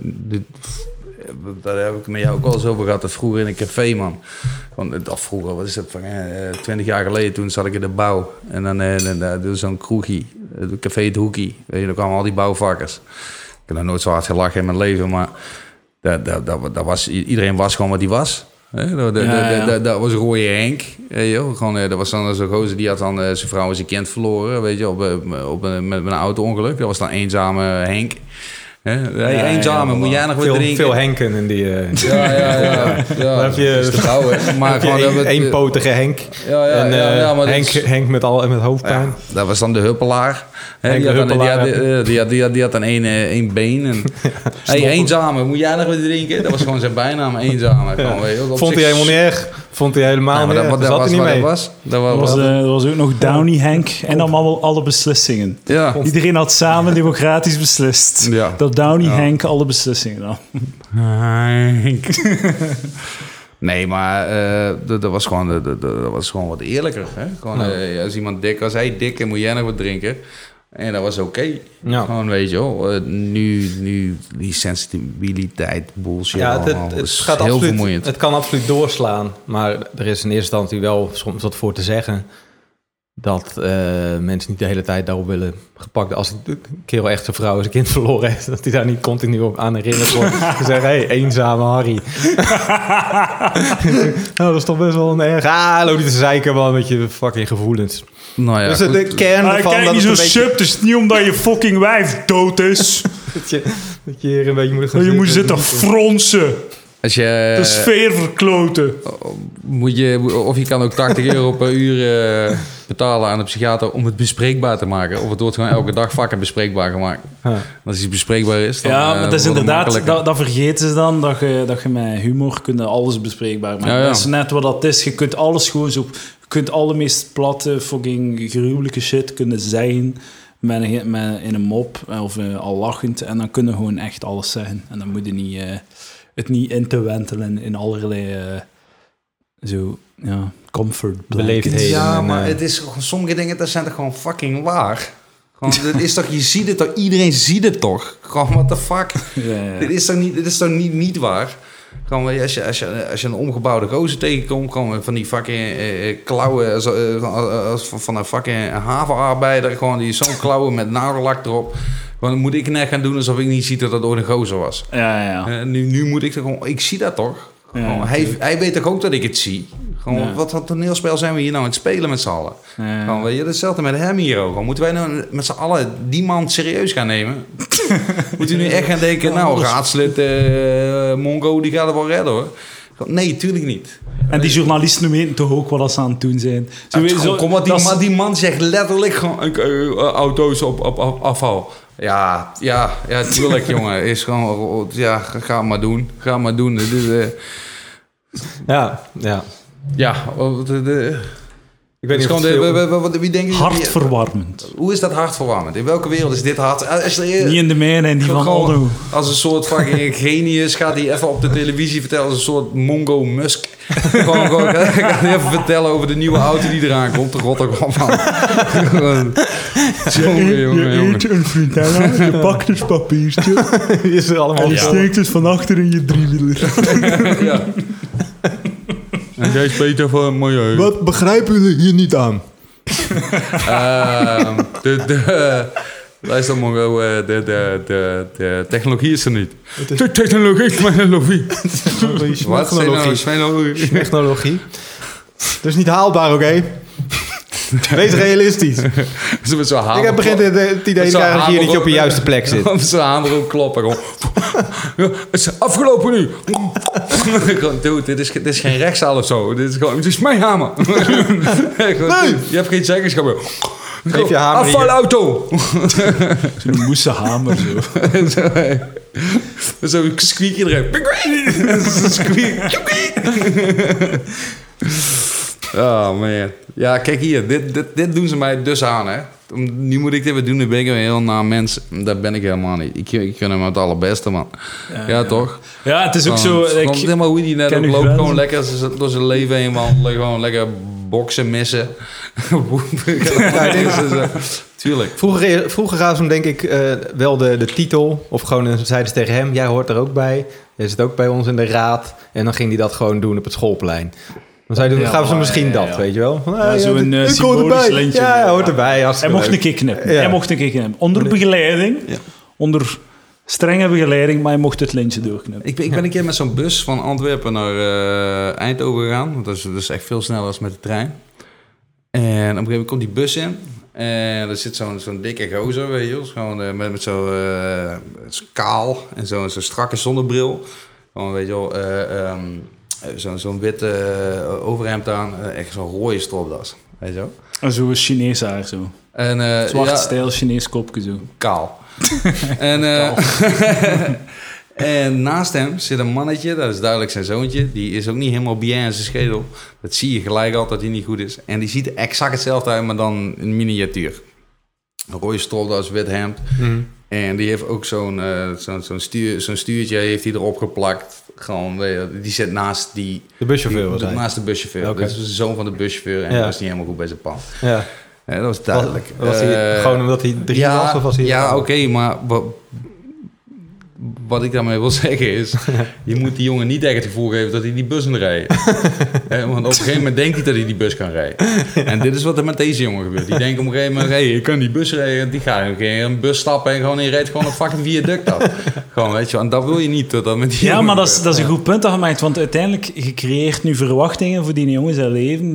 daar heb ik met jou ook al eens over gehad. Dat vroeger in een café, man. Of vroeger, wat is dat van 20 jaar geleden, toen zat ik in de bouw. En dan zo'n kroegie, het café Het Hoekie. Weet je, daar kwamen al die bouwvakkers. Ik heb nog nooit zo hard gelachen in mijn leven, maar... Iedereen was gewoon wat hij was. Dat was Rooie Henk. Dat was dan zo'n gozer die had dan zijn vrouw en zijn kind verloren. Weet je, met een auto-ongeluk. Dat was dan eenzame Henk. Eenzame, moet jij nog wat drinken? Veel Henken in die... Ja. Dan heb je maar gewoon eenpotige Henk. Maar Henk met hoofdpijn. Ja, dat was dan de huppelaar. Die had dan één been. En, eenzame, moet jij nog wat drinken? Dat was gewoon zijn bijnaam, eenzame. Vond hij helemaal niet erg. Vond hij helemaal niet erg. Daar zat hij niet mee. Er was ook nog Downey Henk en dan allemaal alle beslissingen. Ja. Iedereen had samen democratisch beslist. Ja. Dat Downey Henk alle beslissingen nam. Henk. Nee, maar dat was gewoon wat eerlijker. Hè? Gewoon, als iemand dik was, hij dik en moet jij nog wat drinken. En dat was oké. Ja. Gewoon, weet je wel. Nu die sensibiliteit, bullshit. Ja, het gaat heel absoluut, vermoeiend. Het kan absoluut doorslaan. Maar er is in eerste instantie wel soms wat voor te zeggen. Dat mensen niet de hele tijd daarop willen gepakt. Als een kerel echt zijn vrouw en zijn kind verloren heeft, dat hij daar niet continu op aan herinnerd wordt. Ze zeggen, hey, eenzame Harry. Nou, dat is toch best wel een erg... loop niet te zeiken, wel een beetje fucking gevoelens. Nou ja, dus de kern ervan... Kijk niet zo sub, het is niet omdat je fucking wijf dood is. dat je hier een beetje moet gaan je moet zitten fronsen. Als je, de sfeer verkloten. Of je kan ook €80 per uur betalen aan een psychiater om het bespreekbaar te maken. Of het wordt gewoon elke dag fucking bespreekbaar gemaakt. Als iets bespreekbaar is, dan ja, maar dat is inderdaad, dat vergeten ze dan, dat je met humor kunt alles bespreekbaar maken. Ja. Dat is net wat dat is. Je kunt alles gewoon zo... Je kunt alle meest platte, fucking gruwelijke shit kunnen zeggen in een mop of al lachend. En dan kunnen gewoon echt alles zeggen. En dan moet je niet... het niet in te wentelen in allerlei zo, ja, comfort Beleefdheden. Ja, en, maar het is gewoon, sommige dingen, dat zijn toch gewoon fucking waar. Gewoon, dit is toch, je ziet het toch, iedereen ziet het toch. Gewoon, what the fuck. Ja. Dit is toch niet waar. Gewoon, als je een omgebouwde gozer tegenkomt, gewoon van die fucking klauwen als van een fucking havenarbeider, gewoon die zo'n klauwen met nagellak erop. Dan moet ik net gaan doen alsof ik niet zie dat dat ooit een gozer was. Ja. Nu moet ik er gewoon, ik zie dat toch. Ja, Gewoon, hij weet toch ook dat ik het zie. Gewoon, wat voor toneelspel zijn we hier nou aan het spelen met z'n allen? Ja. Gewoon, weet je, hetzelfde met hem hier ook. Gewoon, moeten wij nou met z'n allen die man serieus gaan nemen? Moet u nu echt gaan denken, nou, raadslid Mongo, die gaat het wel redden, hoor. Gewoon, nee, tuurlijk niet. En die journalisten weten toch ook wat ze aan het doen zijn. Kom, die man zegt letterlijk gewoon auto's op afval. Ja, tuurlijk, jongen. Is gewoon, ja, ga het maar doen. Ga het maar doen. Dit is, Ja. Ik weet niet of wie denk je? Hartverwarmend. Hoe is dat hartverwarmend? In welke wereld is dit hart? Niet in de mijne en die van Aldo. Als een soort fucking genius gaat hij even op de televisie vertellen als een soort Mongo Musk. Gewoon gaat hij even vertellen over de nieuwe auto die eraan komt. De Rotterdam, man. Je eet een frutella, je pakt dus papiertje. is er allemaal en je steekt dus van achter in je driewieler. Ja. En jij is beter voor het milieu. Wat begrijpen jullie hier niet aan? Luister, Mongo, de technologie is er niet. De technologie. Wat? Technologie. Dat is niet haalbaar, oké? Wees realistisch. Ik heb begint het idee dat je hier niet op je juiste plek zit. Op zijn haan erop kloppen. Gewoon. Het is afgelopen nu. Dude, dit is geen rechtszaal of zo. Dit is mijn hamer. Nee. Je hebt geen zeggenschap meer. Geef je hamer afvalauto. Zo'n moesse hamer zo. Zo'n squeakje erin. Squeak. Oh man. Ja, kijk hier. Dit doen ze mij dus aan, hè. Nu moet ik dit weer doen. Nu ben ik een heel naar mens. Dat ben ik helemaal niet. Ik gun hem het allerbeste, man. Ja, toch? Ja, het is ook zo... Gewoon helemaal hoe die net ook loopt. Gewoon lekker door zijn leven heen wandelen. Gewoon lekker boksen, missen. Tuurlijk. Vroeger gaven ze hem denk ik wel de titel. Of gewoon zeiden ze tegen hem... Jij hoort er ook bij. Jij zit ook bij ons in de raad. En dan ging hij dat gewoon doen op het schoolplein. Dan gaven ze misschien dat, weet je wel. Zo'n symbolisch lintje. Ja, hij hoort erbij. Hij mocht een keer knippen. Hij mocht een keer knippen. Onder begeleiding. Ja. Onder strenge begeleiding, maar hij mocht het lintje doorknippen. Ik ben een keer met zo'n bus van Antwerpen naar Eindhoven gegaan. Want dat is echt veel sneller dan met de trein. En op een gegeven moment komt die bus in. En er zit zo'n dikke gozer, weet je wel. Gewoon met zo'n kaal en zo'n strakke zonnebril. Gewoon, weet je wel... zo'n witte overhemd aan, echt zo'n rode stropdas. Weet je zo? En zo'n Chinees haar zo. Zwart stijl Chinees kopje zo. Kaal. En naast hem zit een mannetje, dat is duidelijk zijn zoontje. Die is ook niet helemaal bien in zijn schedel. Dat zie je gelijk al dat hij niet goed is. En die ziet er exact hetzelfde uit, maar dan in miniatuur. Een rode stropdas, wit hemd. Mm. En die heeft ook zo'n stuurtje heeft hij erop geplakt. Gewoon, die zit naast de buschauffeur. Naast de buschauffeur. Okay. Dat is de zoon van de buschauffeur. En dat was niet helemaal goed bij zijn pan. Ja. Dat was duidelijk. Was hij, gewoon omdat hij 3 was? Of was hij oké, maar... Wat ik daarmee wil zeggen is... je moet die jongen niet echt het gevoel geven dat hij die bus kan rijden. Want op een gegeven moment denkt hij dat hij die bus kan rijden. En dit is wat er met deze jongen gebeurt. Die denkt op een gegeven moment... ik kan die bus rijden. Die gaat een bus stappen en gewoon rijdt gewoon een fucking viaduct af. Gewoon, weet je. En dat wil je niet. Dat met die maar dat is een goed punt dat je maakt. Want uiteindelijk, je creëert nu verwachtingen voor die jongens zijn leven.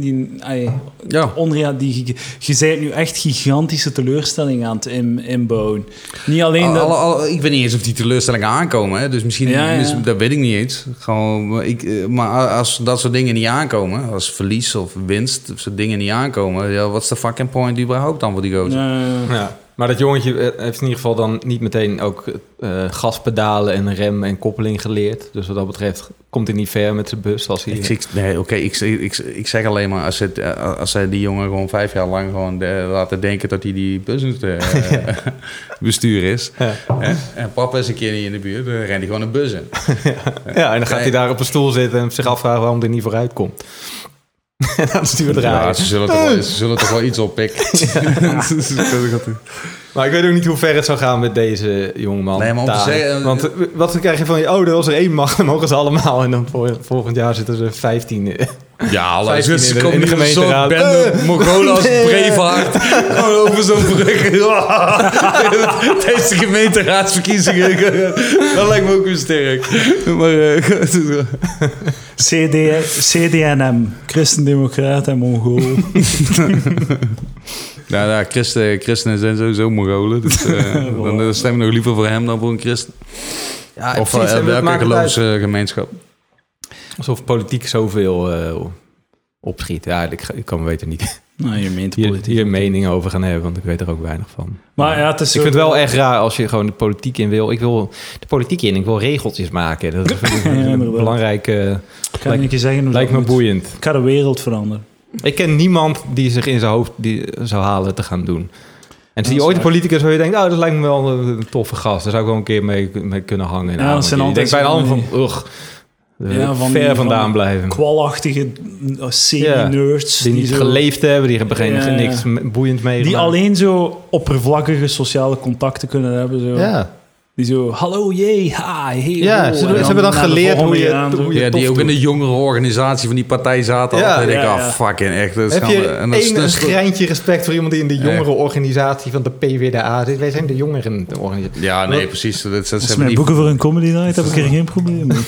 Je bent nu echt gigantische teleurstelling aan het inbouwen. Niet alleen ik weet niet eens of die teleurstelling aankomen, hè? Dus misschien dat weet ik niet eens. Gewoon, maar als dat soort dingen niet aankomen, als verlies of winst, of soort dingen niet aankomen, wat is de fucking point überhaupt dan voor die gozer? Maar dat jongetje heeft in ieder geval dan niet meteen ook gaspedalen en rem en koppeling geleerd. Dus wat dat betreft komt hij niet ver met zijn bus. Als hij... Ik zeg alleen maar, als zij die jongen gewoon 5 jaar lang gewoon laten denken dat hij die bus bestuur is. Ja. En papa is een keer niet in de buurt, dan rent hij gewoon een bus in. Ja, en dan gaat hij daar op een stoel zitten en zich afvragen waarom hij niet vooruit komt. En dan stuurt ja, ze zullen toch wel iets oppikken. Maar ik weet ook niet hoe ver het zou gaan met deze jongeman. Nee, maar om te zeggen, want wat krijg je van je ouder? Als er 1 mag, dan mogen ze allemaal. En dan volgend jaar zitten er 15. Ja, ze komen in de gemeenteraad. Mongolen als Braveheart. Gewoon over zo'n brug. Tijdens de gemeenteraadsverkiezingen. Dat lijkt me ook weer sterk. Maar... CDNM, Christen-Democraat en Mongool. Nou, christenen zijn sowieso Mongolen. Dus dan stem ik nog liever voor hem dan voor een christen. Ja, of welke geloofsgemeenschap. Alsof politiek zoveel opschiet. Ja, ik kan me weten niet. Nou, je meent politiek. Hier mening over gaan hebben, want ik weet er ook weinig van. Maar ja, het is ik vind het wel echt raar als je gewoon de politiek in wil. Ik wil de politiek in, ik wil regeltjes maken. Dat is een belangrijke... Kan ik je zeggen? Lijkt me boeiend. Ik ga de wereld veranderen. Ik ken niemand die zich in zijn hoofd zou halen te gaan doen. En zie je ooit een politicus waar je denkt... dat lijkt me wel een toffe gast. Daar zou ik wel een keer mee kunnen hangen. Ja, dat zijn je denkt bijna allemaal van ver vandaan blijven. Kwalachtige semi-nerds. Die niet geleefd hebben. Die hebben niks boeiend meegemaakt. Die alleen zo oppervlakkige sociale contacten kunnen hebben. Zo. Ja. Die zo, hallo, jee, hi, hey, ja, ze hebben dan geleerd hoe je die ook in de jongere organisatie van die partij zaten. Ja, en ik fucking echt. Heb je een greintje respect voor iemand die in de jongere organisatie van de PvdA zit? Wij zijn de jongeren organisatie. Ja, nee, precies. Als mijn boeken voor een comedy night heb ik er geen probleem mee.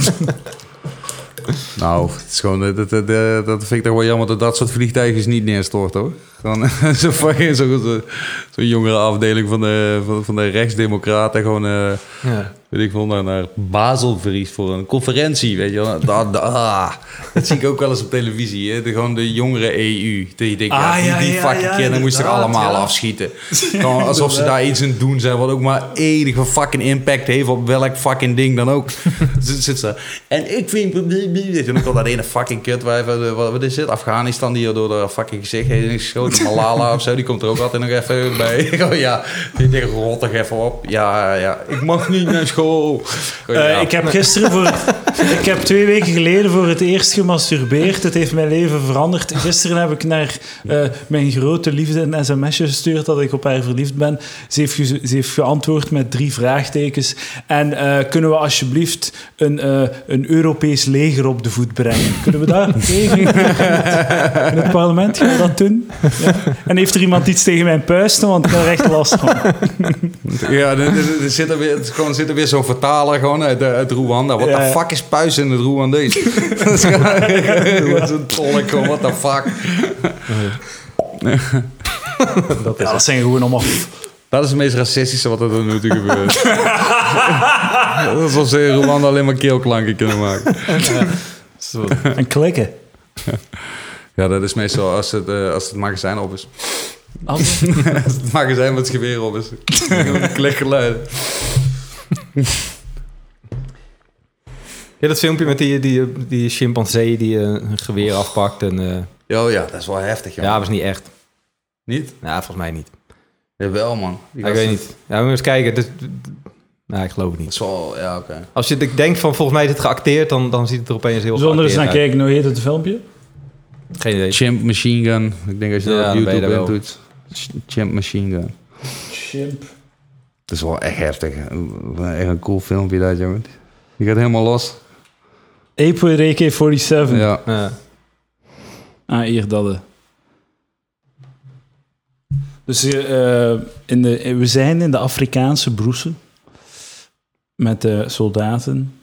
Nou, het is gewoon, dat vind ik toch wel jammer dat soort vliegtuigen niet neerstort, hoor. Gewoon zo'n jongere afdeling van de rechtsdemocraten gewoon, weet ik wel, naar Basel verriest voor een conferentie, weet je wel. Dat zie ik ook wel eens op televisie, hè. Gewoon de jongere EU. Dat je denkt, die fucking kinderen moesten allemaal afschieten. Gewoon alsof ze daar iets in doen zijn, wat ook maar enige fucking impact heeft op welk fucking ding dan ook. Zit ze. En ik vind... En dan komt dat ene fucking kutwijf, wat is het? Afghanistan, die er door de fucking gezicht heen is geschoten. Malala of zo, die komt er ook altijd nog even bij. Oh ja, die denkt rottig even op. Ja, ik mag niet naar school. Ik heb 2 weken geleden voor het eerst gemasturbeerd. Het heeft mijn leven veranderd. Gisteren heb ik naar mijn grote liefde een sms'je gestuurd dat ik op haar verliefd ben. Ze heeft geantwoord met 3 vraagtekens. En kunnen we alsjeblieft een Europees leger op de voet brengen? Kunnen we dat regelen? In het parlement gaan we dat doen? Ja. En heeft er iemand iets tegen mijn puisten? Want ik heb er echt last van. Ja, er zit er weer zo'n vertaler gewoon uit Rwanda. What the fuck is puis in het Rwandees? Dat is zo'n tolk, what the fuck. Dat zijn gewoon allemaal... Dat is het meest racistische wat er nu gebeurt. Dat is als ze in Rwanda alleen maar keelklanken kunnen maken. En klikken. Ja, dat is meestal als het magazijn op is. Als het magazijn met het geweer op is. Klikgeluiden. Ja, dat filmpje met die chimpansee die een geweer afpakt. En, ja, dat is wel heftig. Joh. Ja, dat is niet echt. Niet? Ja, volgens mij niet. Jawel, man. Ik weet niet. Ja, we moeten eens kijken. Nou, ik geloof het niet. Dat is wel, ja, oké. Als je denkt van volgens mij is het geacteerd, dan ziet het er opeens heel zonder eens naar kijken, hoe heet het filmpje? Geen idee. Chimp Machine Gun. Ik denk als je dat op YouTube doet. Chimp Machine Gun. Chimp. Dat is wel echt heftig. Echt een cool filmpje dat, jongen. Die gaat helemaal los. Ape with AK-47. Ja. Hier dat. Dus we zijn in de Afrikaanse broesen met de soldaten.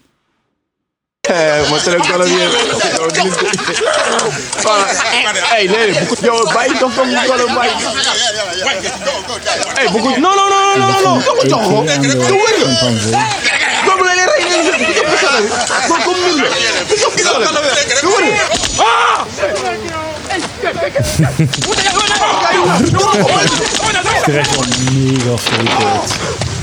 Hey, nee, yo, bij toch van bij. Hey, boek no. Kom ziet er echt wel mega freak uit.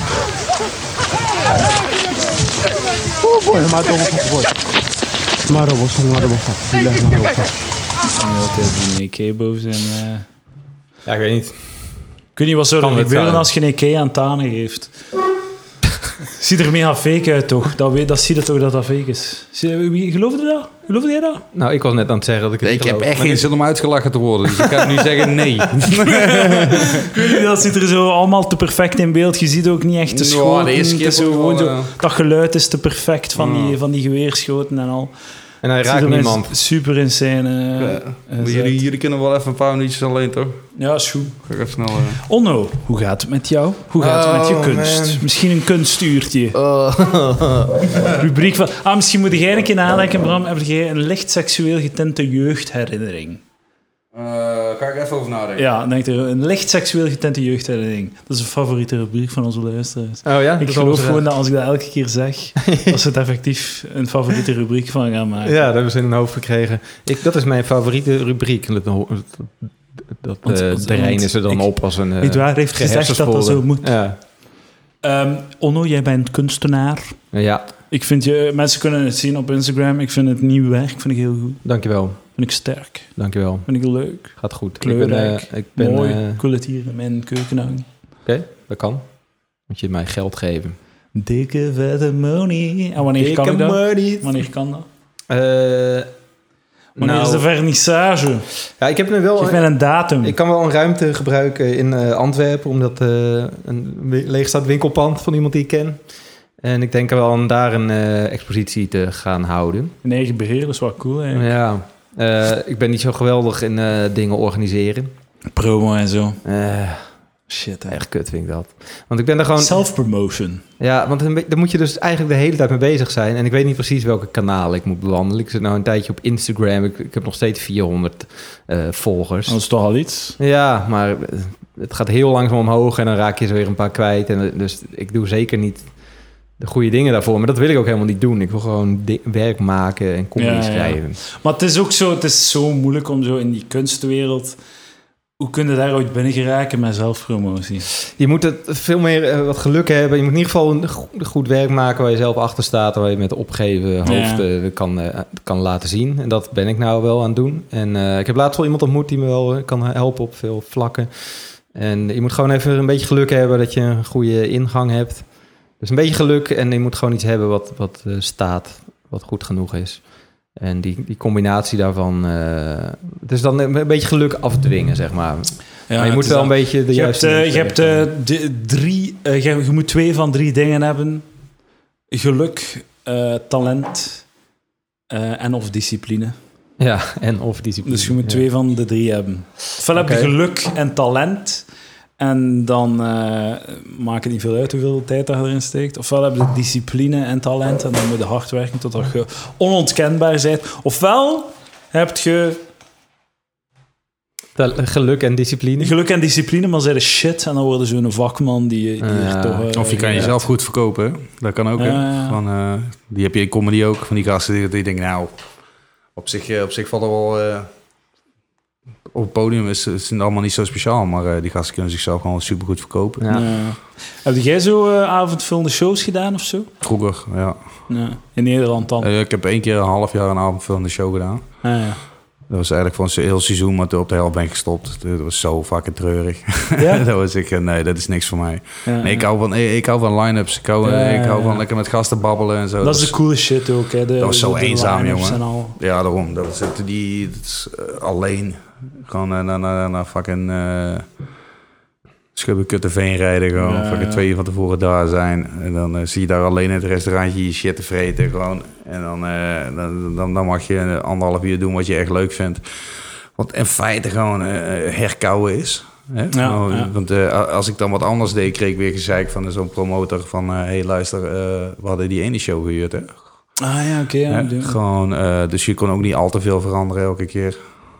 En altijd een EK boven zijn... Ja, ik weet niet. Ik weet niet, wat zou er Kan het gebeuren zijn. als je een EK aan Tane geeft? Ziet er mega fake uit, toch? Dat zie je toch dat fake is. Geloofde dat? Geloofde jij dat? Nou, ik was net aan het zeggen dat ik het Ik niet heb geloof. echt geen zin om uitgelachen te worden. Dus ik kan nu zeggen nee. Dat ziet er zo allemaal te perfect in beeld. Je ziet ook niet echt de Nou, schoten. de eerste keer Het is zo vond ik gewoon wel, zo, dat geluid is te perfect van die geweerschoten en al. En hij Het raakt ziet er niemand. Super insane. Maar jullie kunnen wel even een paar minuutjes alleen, toch? Ja, is goed. Ga ik even snel... Onno, hoe gaat het met jou? Hoe gaat het met je Oh, kunst? man. Misschien een kunstuurtje. Rubriek van... misschien moet jij een keer nadenken, Bram. Heb jij een licht seksueel getinte jeugdherinnering? Ga ik even over nadenken. Ja, denk er. Een licht seksueel getinte jeugdherinnering. Dat is een favoriete rubriek van onze luisteraars. Oh ja? Ik Dat geloof was- gewoon dat als ik dat elke keer zeg, dat ze het effectief een favoriete rubriek van gaan maken. Ja, dat hebben ze in hun hoofd gekregen. Dat is mijn favoriete rubriek. Dat terrein is er dan op als een... Edouard heeft gezegd dat dat zo moet. Ja. Onno, jij bent kunstenaar. Ja, Ik vind je... Mensen kunnen het zien op Instagram. Ik vind het nieuw werk vind ik heel goed. dankjewel. Vind ik sterk. Dankjewel. Vind ik leuk. Gaat goed. Kleurrijk. Ik ben Mooi. Ik wil het hier in mijn keuken hangen. Oké, dat kan. Moet je mij geld geven. Dikke vette money. En wanneer kan ik dat? Wanneer kan dat? Wanneer is de vernissage? ja, ik heb nu wel... Geef mij een datum. Ik kan wel een ruimte gebruiken in Antwerpen, omdat een leegstaand winkelpand van iemand die ik ken. En ik denk wel om daar een expositie te gaan houden. In eigen beheer, dat is wel cool eigenlijk. Ja, ik ben niet zo geweldig in dingen organiseren. Promo en zo. Shit, hè. Echt kut vind ik dat. Want ik ben er gewoon... Self-promotion. Ja, want daar moet je dus eigenlijk de hele tijd mee bezig zijn. En ik weet niet precies welke kanalen ik moet bewandelen. Ik zit nou een tijdje op Instagram. Ik heb nog steeds 400 volgers. Dat is toch al iets? Ja, maar het gaat heel langzaam omhoog en dan raak je ze weer een paar kwijt. En dus ik doe zeker niet de goede dingen daarvoor. Maar dat wil ik ook helemaal niet doen. Ik wil gewoon werk maken en comedy Ja, ja. schrijven. Maar het is ook zo, het is zo moeilijk om zo in die kunstwereld... Hoe kun je daar ooit binnen geraken met zelfpromotie? Je moet het veel meer wat geluk hebben. Je moet in ieder geval een goed werk maken waar je zelf achter staat. Waar je met opgeven hoofd kan laten zien. En dat ben ik nou wel aan het doen. En ik heb laatst wel iemand ontmoet die me wel kan helpen op veel vlakken. En je moet gewoon even een beetje geluk hebben dat je een goede ingang hebt. Dus een beetje geluk en je moet gewoon iets hebben wat staat, wat goed genoeg is. En die combinatie daarvan... het is dan een beetje geluk afdwingen, zeg maar. Ja, maar je moet wel een beetje de juiste... Je moet 2 van 3 dingen hebben. Geluk, talent en of discipline. Ja, en of discipline. Dus je moet 2 van de 3 hebben. Ofwel heb je Oké. geluk en talent... En dan maakt het niet veel uit hoeveel tijd dat je erin steekt. Ofwel heb je discipline en talent en dan moet je hard werken totdat je onontkenbaar bent. Ofwel heb je Geluk en discipline. geluk en discipline, maar zij de shit en dan worden ze een vakman die er toch... Of je kan jezelf goed verkopen, hè? Dat kan ook, hè? Ja. Van, die heb je in comedy ook, van die gasten die denken, nou, op zich valt er wel... op het podium is het allemaal niet zo speciaal, maar die gasten kunnen zichzelf gewoon supergoed verkopen. Ja. Ja. Heb jij zo avondvullende shows gedaan of zo? Vroeger, ja. Ja. In Nederland dan? Ik heb 1 keer een half jaar een avondvullende show gedaan. Ja. Dat was eigenlijk voor een heel seizoen, maar toen op de helft ben ik gestopt. Dat was zo fucking treurig. Ja? Dat was ik, nee, dat is niks voor mij. Ja. Nee, ik hou van line-ups. Ik hou van lekker met gasten babbelen en zo. Dat is de coole shit ook. Hè. Dat was zo eenzaam, line-ups jongen. en al. Ja, daarom. Dat is alleen. Gewoon naar fucking Schubbekutteveen rijden. Gewoon Ja, fucking ja. 2 uur van tevoren daar zijn. En dan zie je daar alleen in het restaurantje je shit te vreten. Gewoon. En dan mag je 1,5 uur doen wat je echt leuk vindt. Wat in feite gewoon herkauwen is. Hè? Ja, ja. Want als ik dan wat anders deed, kreeg ik weer gezeik van zo'n promotor van... hey, luister, we hadden die ene show gehuurd, hè? Ah ja, oké. ja, Hè? doen. Gewoon, dus je kon ook niet al te veel veranderen elke keer.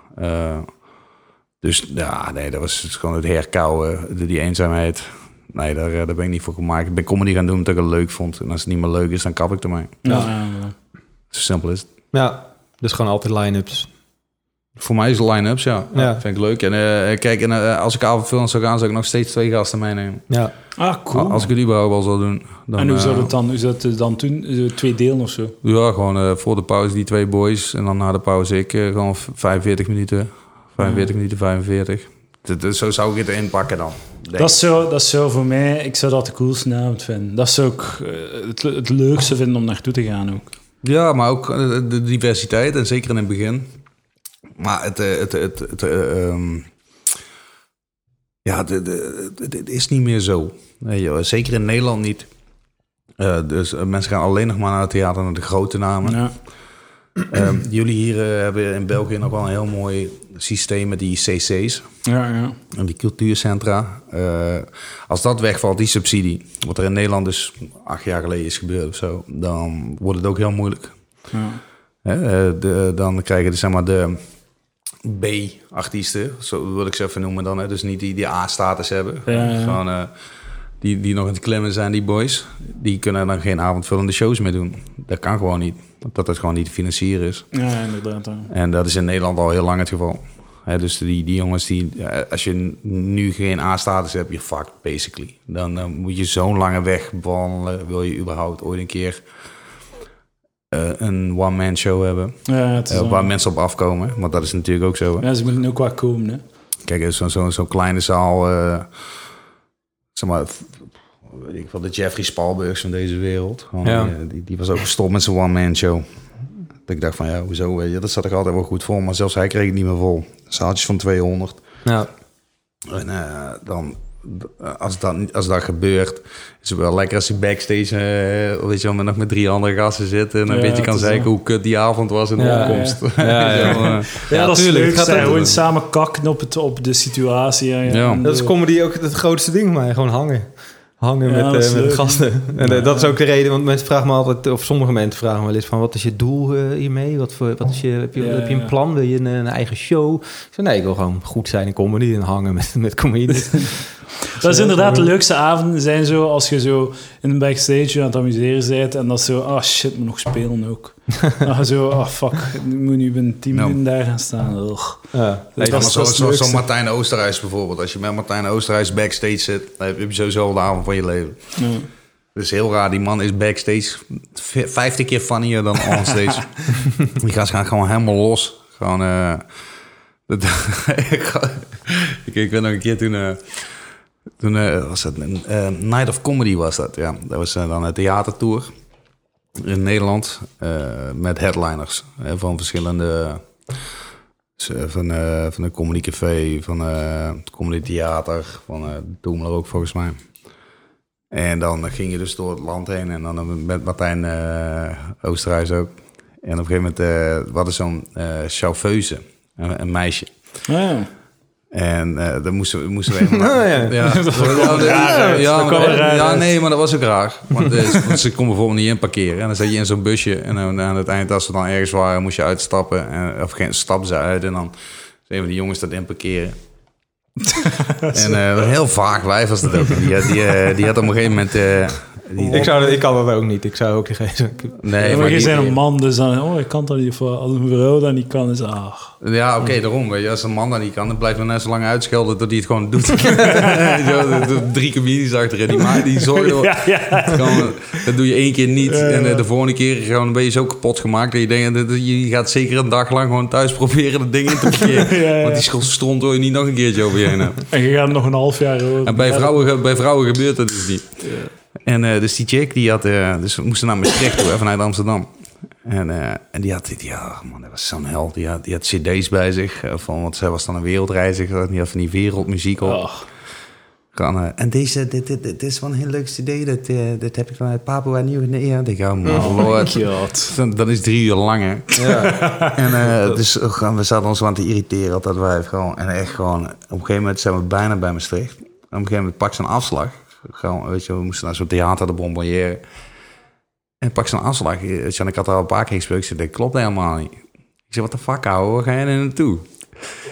Dus ja, nee, dat was gewoon het herkauwen, die eenzaamheid. Nee, daar ben ik niet voor gemaakt. Ik ben comedy gaan doen omdat ik het leuk vond. En als het niet meer leuk is, dan kap ik ermee. Ja. Zo simpel is het. Ja, dus gewoon altijd line-ups. Voor mij is de line-ups, ja. Ja. Vind ik leuk. En kijk, als ik avondfilms zou gaan, zou ik nog steeds 2 gasten meenemen. Ja. Ah, cool. Als ik het überhaupt wel zou doen. Dan, En hoe zou het dan doen? 2 delen of zo? Ja, gewoon voor de pauze die 2 boys. En dan na de pauze ik gewoon 45 minuten. 45. Zo zou ik het inpakken dan. Dat zou voor mij... Ik zou dat de coolste avond vinden. Dat zou ik het leukste vinden om naartoe te gaan ook. Ja, maar ook de diversiteit. En zeker in het begin. Maar het is niet meer zo. Nee, zeker in Nederland niet. Dus mensen gaan alleen nog maar naar het theater, naar de grote namen. Ja. Jullie hier hebben in België nog wel een heel mooi systeem met die CC's. Ja. En die cultuurcentra. Als dat wegvalt, die subsidie, wat er in Nederland dus 8 jaar geleden is gebeurd of zo, dan wordt het ook heel moeilijk. Ja. Dan krijgen zeg maar de B-artiesten, zo wil ik ze even noemen dan. Dus niet die A-status hebben. Ja. Gewoon, die nog aan het klimmen zijn, die boys. Die kunnen dan geen avondvullende shows meer doen. Dat kan gewoon niet. Omdat het gewoon niet te financieren is. Ja, inderdaad. Ja. En dat is in Nederland al heel lang het geval. Dus die jongens, als je nu geen A-status hebt, je fucked basically. Dan moet je zo'n lange weg wandelen. Wil je überhaupt ooit een keer een one-man show hebben. Ja, waar mensen op afkomen. Want dat is natuurlijk ook zo. Hè? Ja, ze moeten ook wel komen, hè. Kijk, zo'n kleine zaal... zeg maar... Weet ik wel, de Jeffrey Spalbergs van deze wereld. Gewoon, Ja. Die was ook gestopt met zijn one-man show. Dat ik dacht van, ja, hoezo? Weet je, dat zat er altijd wel goed vol. Maar zelfs hij kreeg het niet meer vol. Zaaltjes van 200. Ja. En dan... Als dat gebeurt, is het wel lekker als je backstage, weet je wel, nog met 3 andere gasten zit en een beetje kan zeggen hoe kut die avond was in de opkomst. Ja, dat is tuurlijk. leuk. Het gaat Gewoon samen kakken op de situatie. Ja. Ja. Dat is comedy ook het grootste ding, maar gewoon hangen. Hangen Ja, dat is met leuk. gasten. En dat is ook de reden, want mensen vragen me altijd, of sommige mensen vragen me wel eens van, wat is je doel hiermee? Heb je een plan? Wil je een eigen show? Ik zeg, nee, ik wil gewoon goed zijn in comedy en hangen met comedians. Dat is inderdaad de leukste avonden zijn zo als je zo in een backstage aan het amuseren bent en dat zo, ah shit, moet nog spelen ook. Dan ga je zo, ah fuck, ik moet nu binnen 10 minuten daar gaan staan. Ugh. Ja. Dat is het leukste. Zo'n Martijn Oosterhuis bijvoorbeeld. Als je met Martijn Oosterhuis backstage zit, dan heb je sowieso de avond van je leven. Ja. Dat is heel raar. Die man is backstage 50 keer funnier dan onstage. Die gast gaat gewoon helemaal los. Gewoon... ik weet nog een keer toen was dat een Night of Comedy was dat, ja. Dat was dan een theatertour in Nederland met headliners van verschillende... van een comedy café, van het comedy theater, van Toemler ook volgens mij. En dan ging je dus door het land heen en dan met Martijn Oosterhuis ook. En op een gegeven moment was er zo'n chauffeuse, een meisje. Ja. En dan moesten we helemaal... Nee, maar dat was ook raar. Want ze kon bijvoorbeeld niet in parkeren. En dan zat je in zo'n busje. En dan aan het eind, als ze dan ergens waren, moest je uitstappen. Of stapten ze uit. En dan zijn die jongens dat in parkeren. En een heel vaag wijf was dat ook. Die had op een gegeven moment... Ik kan dat ook niet. Ik zou ook niet geven. Nee, maar je die- bent een man, dus dan, ik kan dat niet. Als een vrouw dat niet kan, is Ja, oké, daarom. Weet je, als een man dat niet kan, dan blijft hij net zo lang uitschelden dat hij het gewoon doet. 3 comedies achterin. Die zorgen Ja. gewoon, dat doe je 1 keer niet. En de volgende keer gewoon, ben je zo kapot gemaakt dat je denkt, je gaat zeker een dag lang gewoon thuis proberen dat ding in te parkeren. Ja. Want die stront wil je niet nog een keertje over je heen hebben. En je gaat nog een half jaar over. En bij vrouwen gebeurt dat dus niet. Ja. En dus die chick, die had... dus we moesten naar Maastricht toe, vanuit Amsterdam. En die had... Ja, man, dat was zo'n held. Die had cd's bij zich. Want zij was dan een wereldreiziger. Die had van die wereldmuziek op. Oh. En dit is wel een heel leuk cd. Dat heb ik vanuit Papua Nieuw-Guinea. Ik ga lord. Dat is 3 uur lang, hè. Ja. En dus we zaten ons aan te irriteren op dat wijf. Gewoon. En echt gewoon... Op een gegeven moment zijn we bijna bij Maastricht. En op een gegeven moment pak ze een afslag. Gewoon, weet je, we moesten naar zo'n theater de Bonbonnière. En pak zo'n afslag. Weet je, en ik had er al een paar keer gesproken. Ik zei, dat klopt helemaal niet. Ik zei, wat de fuck, ouwe, waar ga jij er naartoe?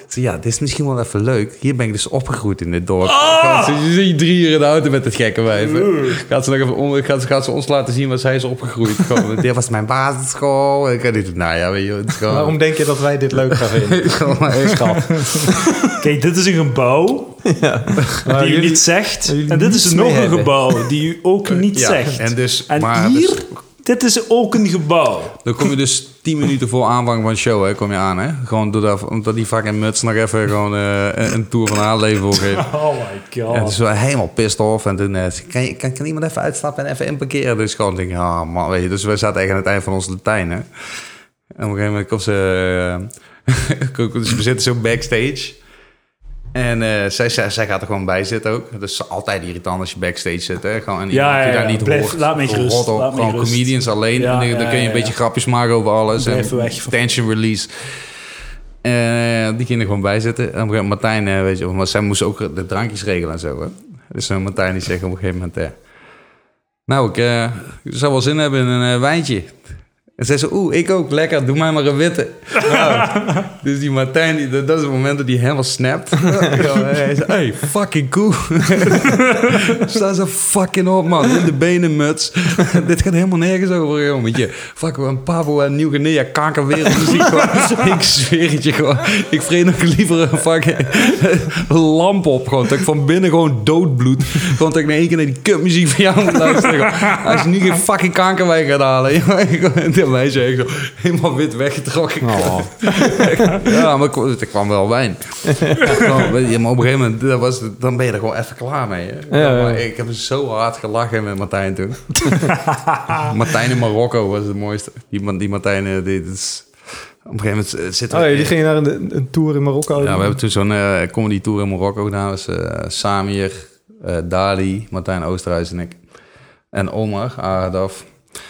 Ja, dit is misschien wel even leuk. Hier ben ik dus opgegroeid in dit dorp. Je ziet 3 uur in de auto met het gekke wijf. Gaat ze nog even gaat ze ons laten zien waar zij is opgegroeid. Gewoon, dit was mijn basisschool. Ik weet nou ja, weet je, het is gewoon... Waarom denk je dat wij dit leuk gaan vinden? Schat. Kijk, dit is een gebouw die u niet zegt. En dit is nog een gebouw die u ook niet zegt. En, dus, en maar, hier, dus, dit is ook een gebouw. dan kom je dus 10 minuten voor aanvang van de show, hè, kom je aan, hè? Gewoon omdat die fucking muts nog even gewoon een tour van haar leven voorgeeft. Oh my god. En het is wel helemaal pissed off. En toen kan iemand even uitstappen en even inparkeren. Dus gewoon denk ik, man, weet je. Dus we zaten echt aan het eind van onze Latijn, hè. En op een gegeven moment komt ze... dus we zitten zo backstage. En zij gaat er gewoon bij zitten ook. Dat is altijd irritant als je backstage zit, hè. Gewoon, en je daar niet blijf, hoort. Laat me gerust. Gewoon comedians alleen. Ja, en dan kun je een beetje grapjes maken over alles. Blijf en weg. tension release. Die ging er gewoon bij zitten. En op een gegeven moment Martijn, weet je, maar zij moest ook de drankjes regelen en zo, hè. Dus Martijn die zegt op een gegeven moment... nou, ik zou wel zin hebben in een wijntje. En zei ze, ik ook, lekker, doe mij maar een witte. Nou, dus die Martijn, dat is het moment dat hij helemaal snapt. Hij zei, hey, fucking cool. Sta ze fucking op, man. In de benenmuts. Dit gaat helemaal nergens over, joh. Met je fucking Papua en Nieuw-Guinea kankerwereldmuziek. Ik zweer het je gewoon. Ik vreet nog liever een fucking lamp op. Gewoon, dat ik van binnen gewoon doodbloed. Gewoon dat ik naar één keer naar die kutmuziek van jou moet luisteren. Als je nu geen fucking kankerwijn gaat halen. De meisje echt zo helemaal wit weggetrokken. Oh. Ja, maar er kwam wel wijn. Maar op een gegeven moment, dan ben je er gewoon even klaar mee. Hè? Ja. Maar ik heb zo hard gelachen met Martijn toen. Martijn in Marokko was het mooiste. Die Martijn, dit is... Op een gegeven moment zitten we... die gingen naar een tour in Marokko. Ja, we hebben toen zo'n comedy tour in Marokko gedaan. Dat was Samir, Dali, Martijn Oosterhuis en ik. En Omar, Aradaf.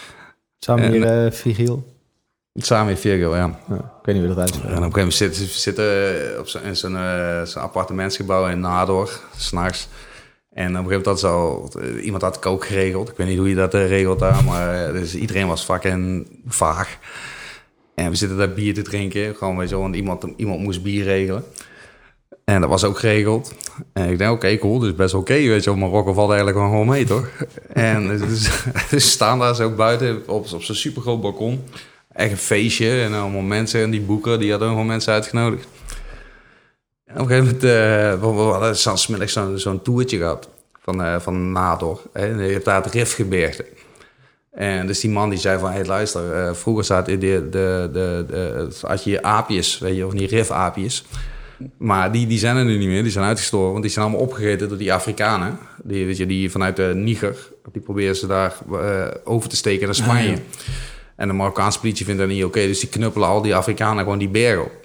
Samir Vigil. Samir Virgil, ja. Ik weet niet wie dat uitspreekt. En op een gegeven moment zitten in zo'n appartementsgebouw in Nador, 's nachts. En op een gegeven moment had zo iemand had kook geregeld. Ik weet niet hoe je dat regelt daar, maar dus iedereen was fucking vaag. En we zitten daar bier te drinken, gewoon weet je wel, want iemand moest bier regelen. En dat was ook geregeld. En ik denk, oké, cool, dus best oké, weet je wel. Marokko valt eigenlijk gewoon mee, toch? En dus staan daar zo buiten op zo'n supergroot balkon. Echt een feestje en allemaal mensen en die boeken, die hadden gewoon mensen uitgenodigd. En op een gegeven moment, we hadden 's middags zo'n toertje gehad van Nador. Hè? Je hebt daar het Rifgebergte. En dus die man die zei van, hey, luister, vroeger zaten had je aapjes, weet je, of die rifaapjes. Maar die zijn er nu niet meer, die zijn uitgestorven, want die zijn allemaal opgegeten door die Afrikanen. Die vanuit de Niger, die proberen ze daar over te steken naar Spanje. Ja. En de Marokkaanse politie vindt dat niet oké, dus die knuppelen al die Afrikanen gewoon die berg op.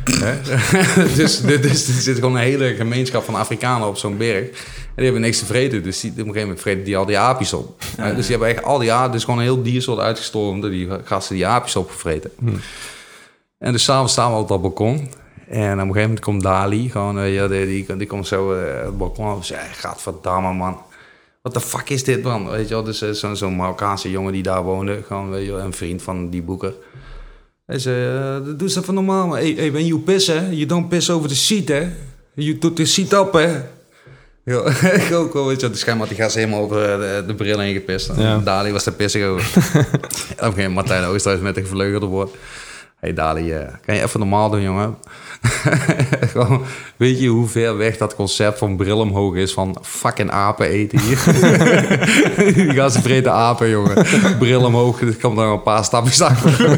Dus er zit gewoon een hele gemeenschap van Afrikanen op zo'n berg. En die hebben niks te vreten, dus op een gegeven moment vreten die al die aapjes op. Dus die hebben echt al die aapjes, dus gewoon een heel diersoort uitgestorven door die gasten die aapjes opgevreten. En dus s'avonds staan we op dat balkon. En op een gegeven moment komt Dali, gewoon, die komt zo het balkon op en zegt, gadverdamme man. What the fuck is dit, man? Weet je wel, dus zo'n Marokkaanse jongen die daar woonde, gewoon, weet je wel, een vriend van die boeker. Hij zei, doe eens even normaal, man. Hey, when you piss, hè? You don't piss over the seat, hè? You put the seat up, hè? Ja, ik ook wel, weet je wel. Dus schijnbaar die gast helemaal over de bril heen gepist. Ja. Dali was er pissig over. En op een gegeven moment Martijn Oosterhuis met een gevleugelde woord. Hey Dali, kan je even normaal doen, jongen? Gewoon, weet je hoe ver weg dat concept van bril omhoog is van fucking apen eten hier? Die gaan ze vreten apen, jongen. Bril omhoog, dit komt er een paar stapjes achter.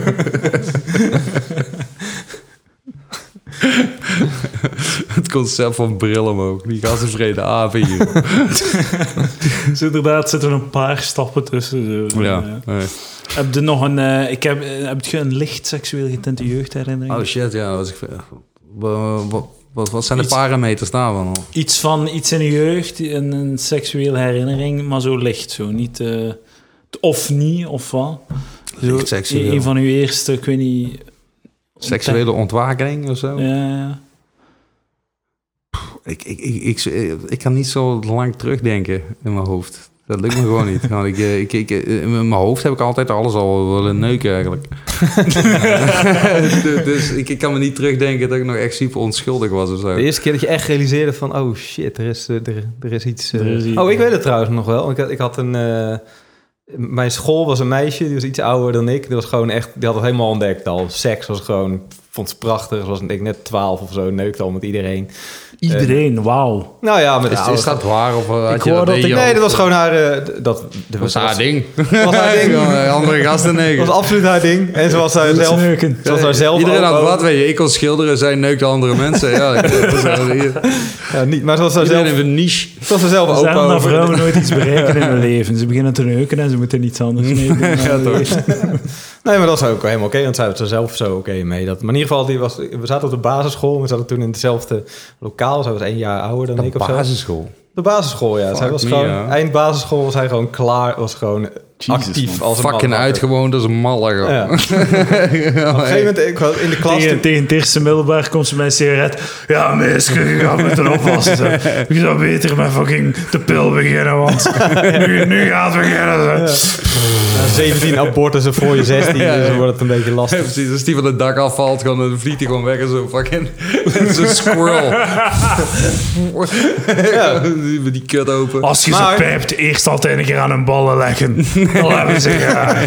Het concept van bril omhoog. Die gaan ze vreten apen hier. Dus inderdaad zitten er een paar stappen tussen. Zo. Ja. Heb je nog heb je een licht seksueel getinte jeugdherinnering? Oh shit, ja. Wat zijn de parameters daarvan? Iets in de jeugd, een seksuele herinnering, maar zo licht. Zo. Niet, of niet, of wat. Zo, seksueel. Een van uw eerste, ik weet niet... Seksuele ontwaking of zo? Ja. Ik kan niet zo lang terugdenken in mijn hoofd. Dat lukt me gewoon niet. Gewoon, in mijn hoofd heb ik altijd alles al willen neuken eigenlijk. Dus ik kan me niet terugdenken dat ik nog echt super onschuldig was of zo. De eerste keer dat je echt realiseerde van... oh shit, er is iets... Oh, ik weet het trouwens nog wel. Ik had een... mijn school was een meisje, die was iets ouder dan ik. Die was gewoon echt... Die had het helemaal ontdekt al. Seks was gewoon... Vond ze prachtig. Ze was denk ik net 12 of zo. Neukte al met iedereen. Iedereen, wauw. Nou ja, met Is dat waar? Of had je hoor dat nee, dat was gewoon haar... Dat was haar ding. Dat was haar ding. Andere gasten neuken. Dat was absoluut haar ding. En ze was daar zelf... Ze was daar zelf Iedereen had ook. wat, weet je. Ik kon schilderen, zij neukte andere mensen. Ja, niet, maar ze was daar iedereen zelf... heeft een niche. Ze was er zelf Ze open hebben dat over. vrouwen nooit iets bereiken in hun leven. Ze beginnen te neuken en ze moeten iets anders mee doen. Ja, toch. Nee, maar dat was ook helemaal oké. Want zij was er zelf zo oké mee. Maar in ieder geval, we zaten op de basisschool. We zaten toen in hetzelfde lokaal. Zij was 1 jaar ouder dan ik of zo. Basisschool. De basisschool, ja. Zij was me, gewoon... ja. Eind basisschool was hij gewoon klaar. Was gewoon actief als een Fucking man. uitgewoond als een malle. Ja. Op een gegeven moment ik was in de klas... Tegen het eerste middelbaar komt ze met een sigaret. Ja, meisje, je gaat moeten oppassen. Je zou beter met fucking de pil beginnen, want nu gaat het beginnen. 17 abortussen voor je 16, dus dan wordt het een beetje Ja, lastig. precies, als die van het dak afvalt, dan vliegt hij gewoon weg en zo fucking... Zo'n squirrel. Met die kut open. Als je Maar- ze pijpt, eerst altijd een keer aan hun ballen leggen. Dan hebben ze graag.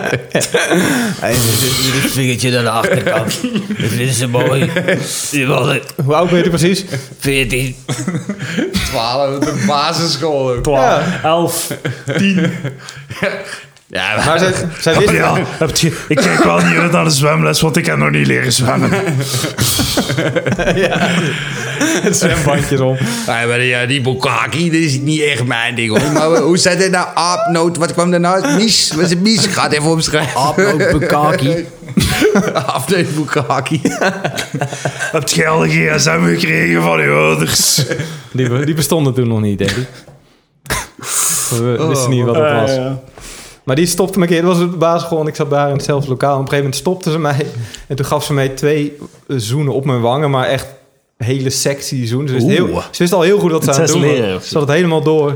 Dit vingertje naar de achterkant. Dat vinden ze mooi. Die ballen. Hoe oud ben je precies? 14. 12, de basisschool ook. 11, 10. Ja, Maar zij wist... Ja, ik kijk wel niet uit naar de zwemles, want ik heb nog niet leren zwemmen. Het zwembandje om. ja, die bukkake, dat is niet echt mijn ding hoor. Maar hoe zei dit nou? Aapnoot, wat kwam daarna? Mies, wat is het mies? Ga het even opschrijven. Aapnoot bukkake. Aapnoot bukkake. Heb je al een gsm gekregen van je ouders? Die bestonden toen nog niet, denk ik. We wisten niet wat dat was. Maar die stopte me een keer. Dat was op de basisschool en ik zat bij haar in hetzelfde lokaal. En op een gegeven moment stopte ze mij. En toen gaf ze mij 2 zoenen op mijn wangen. Maar echt hele sexy zoenen. Ze wist al heel goed wat ze aan het doen was. Ze had het helemaal door.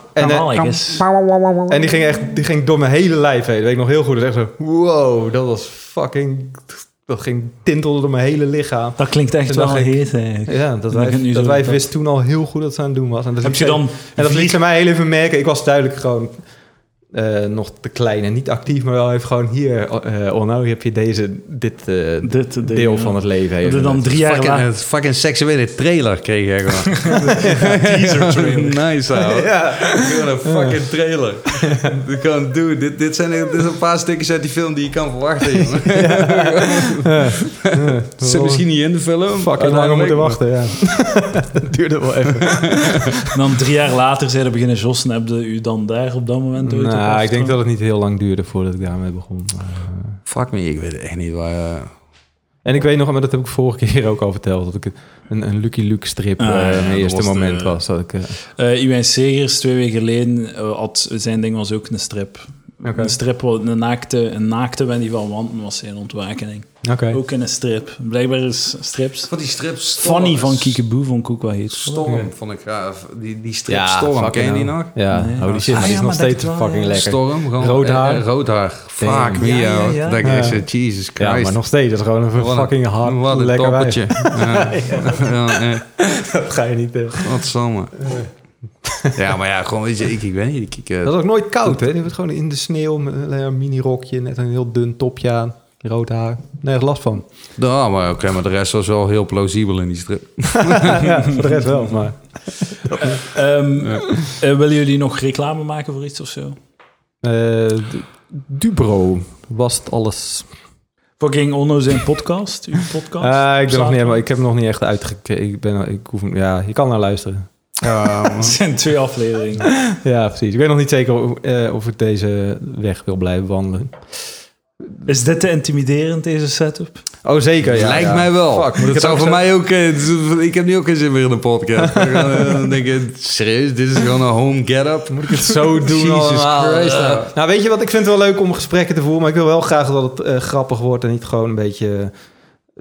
En die ging door mijn hele lijf heen. Dat weet ik nog heel goed. Dat is echt zo... Wow, dat was fucking... Dat ging tintelde door mijn hele lichaam. Dat klinkt echt En wel dan ging- heet eigenlijk. Ja, dat wij wist toen al heel goed dat ze aan het doen was. En dat Heb je dan... en dat liet ze mij heel even merken. Ik was duidelijk gewoon nog te klein en niet actief, maar wel even gewoon hier. Nou heb je dit deel van het leven. Heb je Even. dan 3 jaar later... Een fucking seksuele trailer kreeg je gewoon. teaser trailer. Nice, ouwe. Ja. Gewoon een fucking trailer. Gewoon, dude, dit zijn een paar stukjes uit die film die je kan verwachten, jongen. Het zit misschien niet in de film. Fucking lang moeten wachten, ja. Dat duurde wel even. En dan 3 jaar later zijn er beginnen jossen. Heb je u dan daar op dat moment ooit op Nou, ik denk afgetrokken? dat het niet heel lang duurde voordat ik daarmee begon. Maar, Fuck me, ik weet echt niet waar... en ik weet nog, maar dat heb ik vorige keer ook al verteld, dat ik een Lucky Luke strip mijn eerste was moment was. Dat ik, Iwijn Segers, 2 weken geleden, zijn ding was ook een strip. Oké. Een strip, een naakte Wendy van Wanten was zijn ontwakening. Oké. Ook in een strip. Blijkbaar is strips. Van die strips... Fanny van Kiekeboe vond ik ook wel heet. Storm vond ik graag. Die strip Ja, Storm, fucking ken je die hell. nog? Ja, Nee. holy shit, Ah, maar die is ja, nog maar dat steeds wel, fucking ja. lekker. Storm, gewoon Rood haar. rood haar. Fuck me, Ja, joh. ja. Dat ik echt zeg, Jesus Ja, Christ. maar nog steeds, dat is gewoon een Wat fucking hard, wat een lekker wijf. toppertje. Ja, Dat ga je niet... wat zomaar. Ja, maar ja, gewoon, weet je, ik weet niet. Dat is ook nooit koud, hè? Die wordt gewoon in de sneeuw met een mini-rokje, net een heel dun topje aan, rood haar. Nergens last van. Ja, maar oké, maar de rest was wel heel plausibel in die strip. Ja, voor de rest wel, maar... Willen jullie nog reclame maken voor iets of zo? Dubro was het alles. Fucking Onno zijn podcast? Uw podcast? Ik ben nog niet helemaal, Zaterdag? ik heb nog niet echt uitgekeken. Ja, je kan naar luisteren. Het zijn 2 afleveringen. Ja, precies. Ik weet nog niet zeker of ik deze weg wil blijven wandelen. Is dit te intimiderend, deze setup? Oh, zeker. Ja, Lijkt ja. mij wel. Fuck, moet ik Het het zou ook voor zo- mij ook... ik heb nu ook geen zin meer in een podcast. Dan denk ik, serieus? Dit is gewoon een home get-up? Moet ik het zo doen? Jesus allemaal? Christ. Nou, weet je wat? Ik vind het wel leuk om gesprekken te voeren, maar ik wil wel graag dat het grappig wordt en niet gewoon een beetje...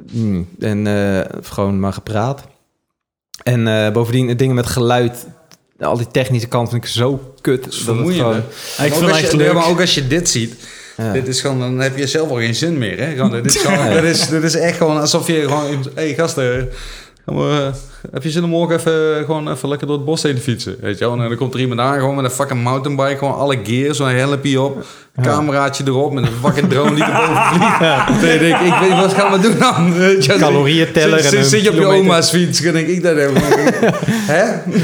gewoon maar gepraat. En bovendien, dingen met geluid al die technische kant vind ik zo kut. Dat het Vermoeiend, gewoon... hè? Ik vind het echt leuk. Maar ook als je dit ziet... Ja. Dit is gewoon, dan heb je zelf al geen zin meer. Hè? Gewoon, dit is echt gewoon alsof je gewoon... Hey gasten, heb je zin om morgen even lekker door het bos heen te fietsen? Weet je wel? En dan komt er iemand aan gewoon met een fucking mountainbike. Gewoon alle gear, zo'n helmpje op. Cameraatje erop met een fucking drone die erboven vliegt. Dan denk ik weet wat gaan we doen dan? Calorieënteller en zit je op je oma's fiets, dan denk ik dat even. Hè?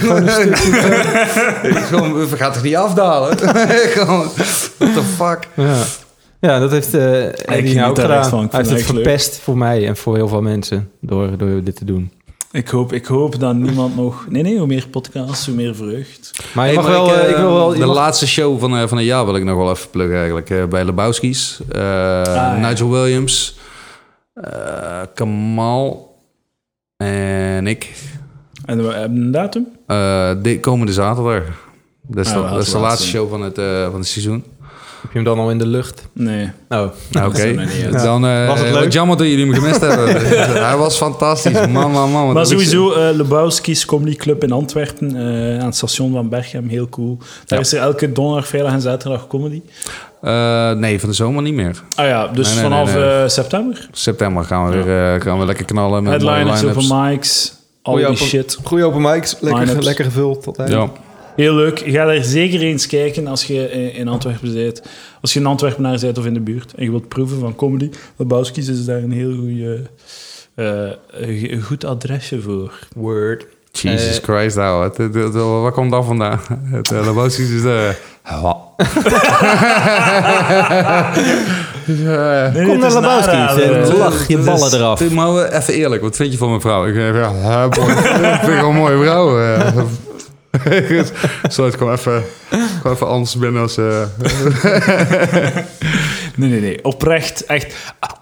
Gewoon, we gaan toch niet afdalen? Gewoon, what the fuck? Ja, dat heeft Eddie nou ook gedaan. Hij heeft het verpest voor mij en voor heel veel mensen door dit te doen. Ik hoop dat niemand nog... Nee, hoe meer podcasts, hoe meer vreugd. Maar je mag wel... ik wil wel de laatste show van het jaar wil ik nog wel even pluggen eigenlijk. Bij Lebowski's. Nigel Williams. Kamal. En ik. En we hebben een datum? De komende zaterdag. Dat is de laatste show van het seizoen. Heb je hem dan al in de lucht? Nee. Oh. Oké. Dan was het leuk. Jammer dat jullie hem gemist hebben. Hij was fantastisch. Man. Maar sowieso Lebowski's Comedy Club in Antwerpen. Aan het station van Berchem. Heel cool. Daar is er elke donderdag, vrijdag en zaterdag comedy. Nee, van de zomer niet meer. Ah ja, dus nee, vanaf september? September gaan we lekker knallen. Met headliners, open mics, al die shit. Goeie open mics. Lekker gevuld tot eind. Ja. Heel leuk. Ga er zeker eens kijken als je in Antwerpen bent. Als je een Antwerpenaar bent of in de buurt en je wilt proeven van comedy. Lebowski's is daar een heel goed adresje voor. Word. Jesus Christ, nou. Waar komt dat vandaan? Het Lebowski's is... Kom naar Lebowski's en lach je ballen eraf. Maar even eerlijk, wat vind je van mijn vrouw? Ik vind gewoon een mooie vrouw. Zo, het gewoon even anders binnen als... Nee. Oprecht, echt...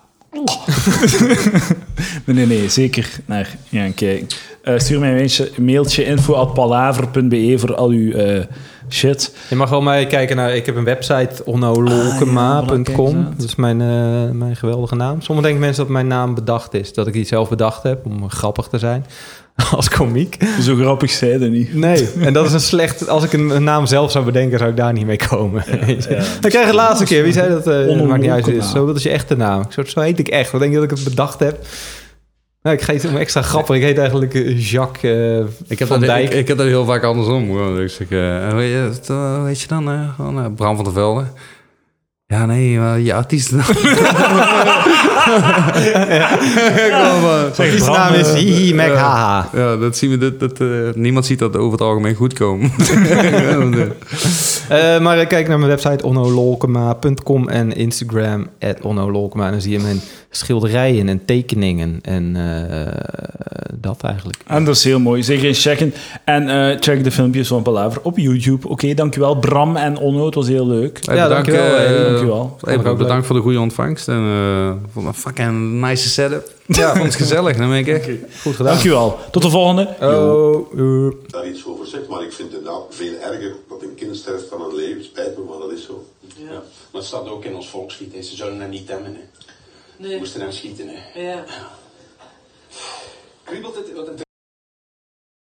Nee, zeker naar gaan kijken. Stuur mij een mailtje info@palaver.be voor al uw shit. Je mag wel mij kijken naar... Ik heb een website, onnolokema.com. Dat is mijn geweldige naam. Sommigen denken mensen dat mijn naam bedacht is. Dat ik die zelf bedacht heb om grappig te zijn. Als komiek. Zo grappig zei dat niet. Nee, en dat is een slecht... Als ik een naam zelf zou bedenken, zou ik daar niet mee komen. Ja. Dan krijg je de laatste keer. Wie zei dat? Maakt niet uit. Zo, dat is je echte naam. Zo heet ik echt. Wat denk je dat ik het bedacht heb? Nou, ik ga iets extra grappig. Ik heet eigenlijk Jacques van Dijk. Ik heb dat heel vaak andersom. Ik zeg, weet je dan? Bram van der Velde. Ja, nee, je artiestennaam. Artiestennaam is Hihi Mac Haha. Ja, dat zien we. Niemand ziet dat over het algemeen goed komen. Maar kijk naar mijn website onnolokema.com en Instagram @onnolokema. En dan zie je mijn schilderijen en tekeningen en dat eigenlijk. En dat is heel mooi. Zeker eens checken. En check de filmpjes van Palaver op YouTube. Oké, dankjewel Bram en Onno. Het was heel leuk. Ja, dankjewel. Bedankt voor de goede ontvangst. En voor een fucking nice setup. Ja, vond het gezellig. Dan ben ik echt goed gedaan. Dankjewel. Tot de volgende. Daar iets over zegt, maar ik vind het inderdaad veel erger dat een kind sterft van een leven. Spijt me, maar dat is zo. Ja. Maar het staat ook in ons volkslied. Ze zullen hem niet temmen. Hè. Nee. We moesten hem schieten. Hè. Ja. Kriebelt het?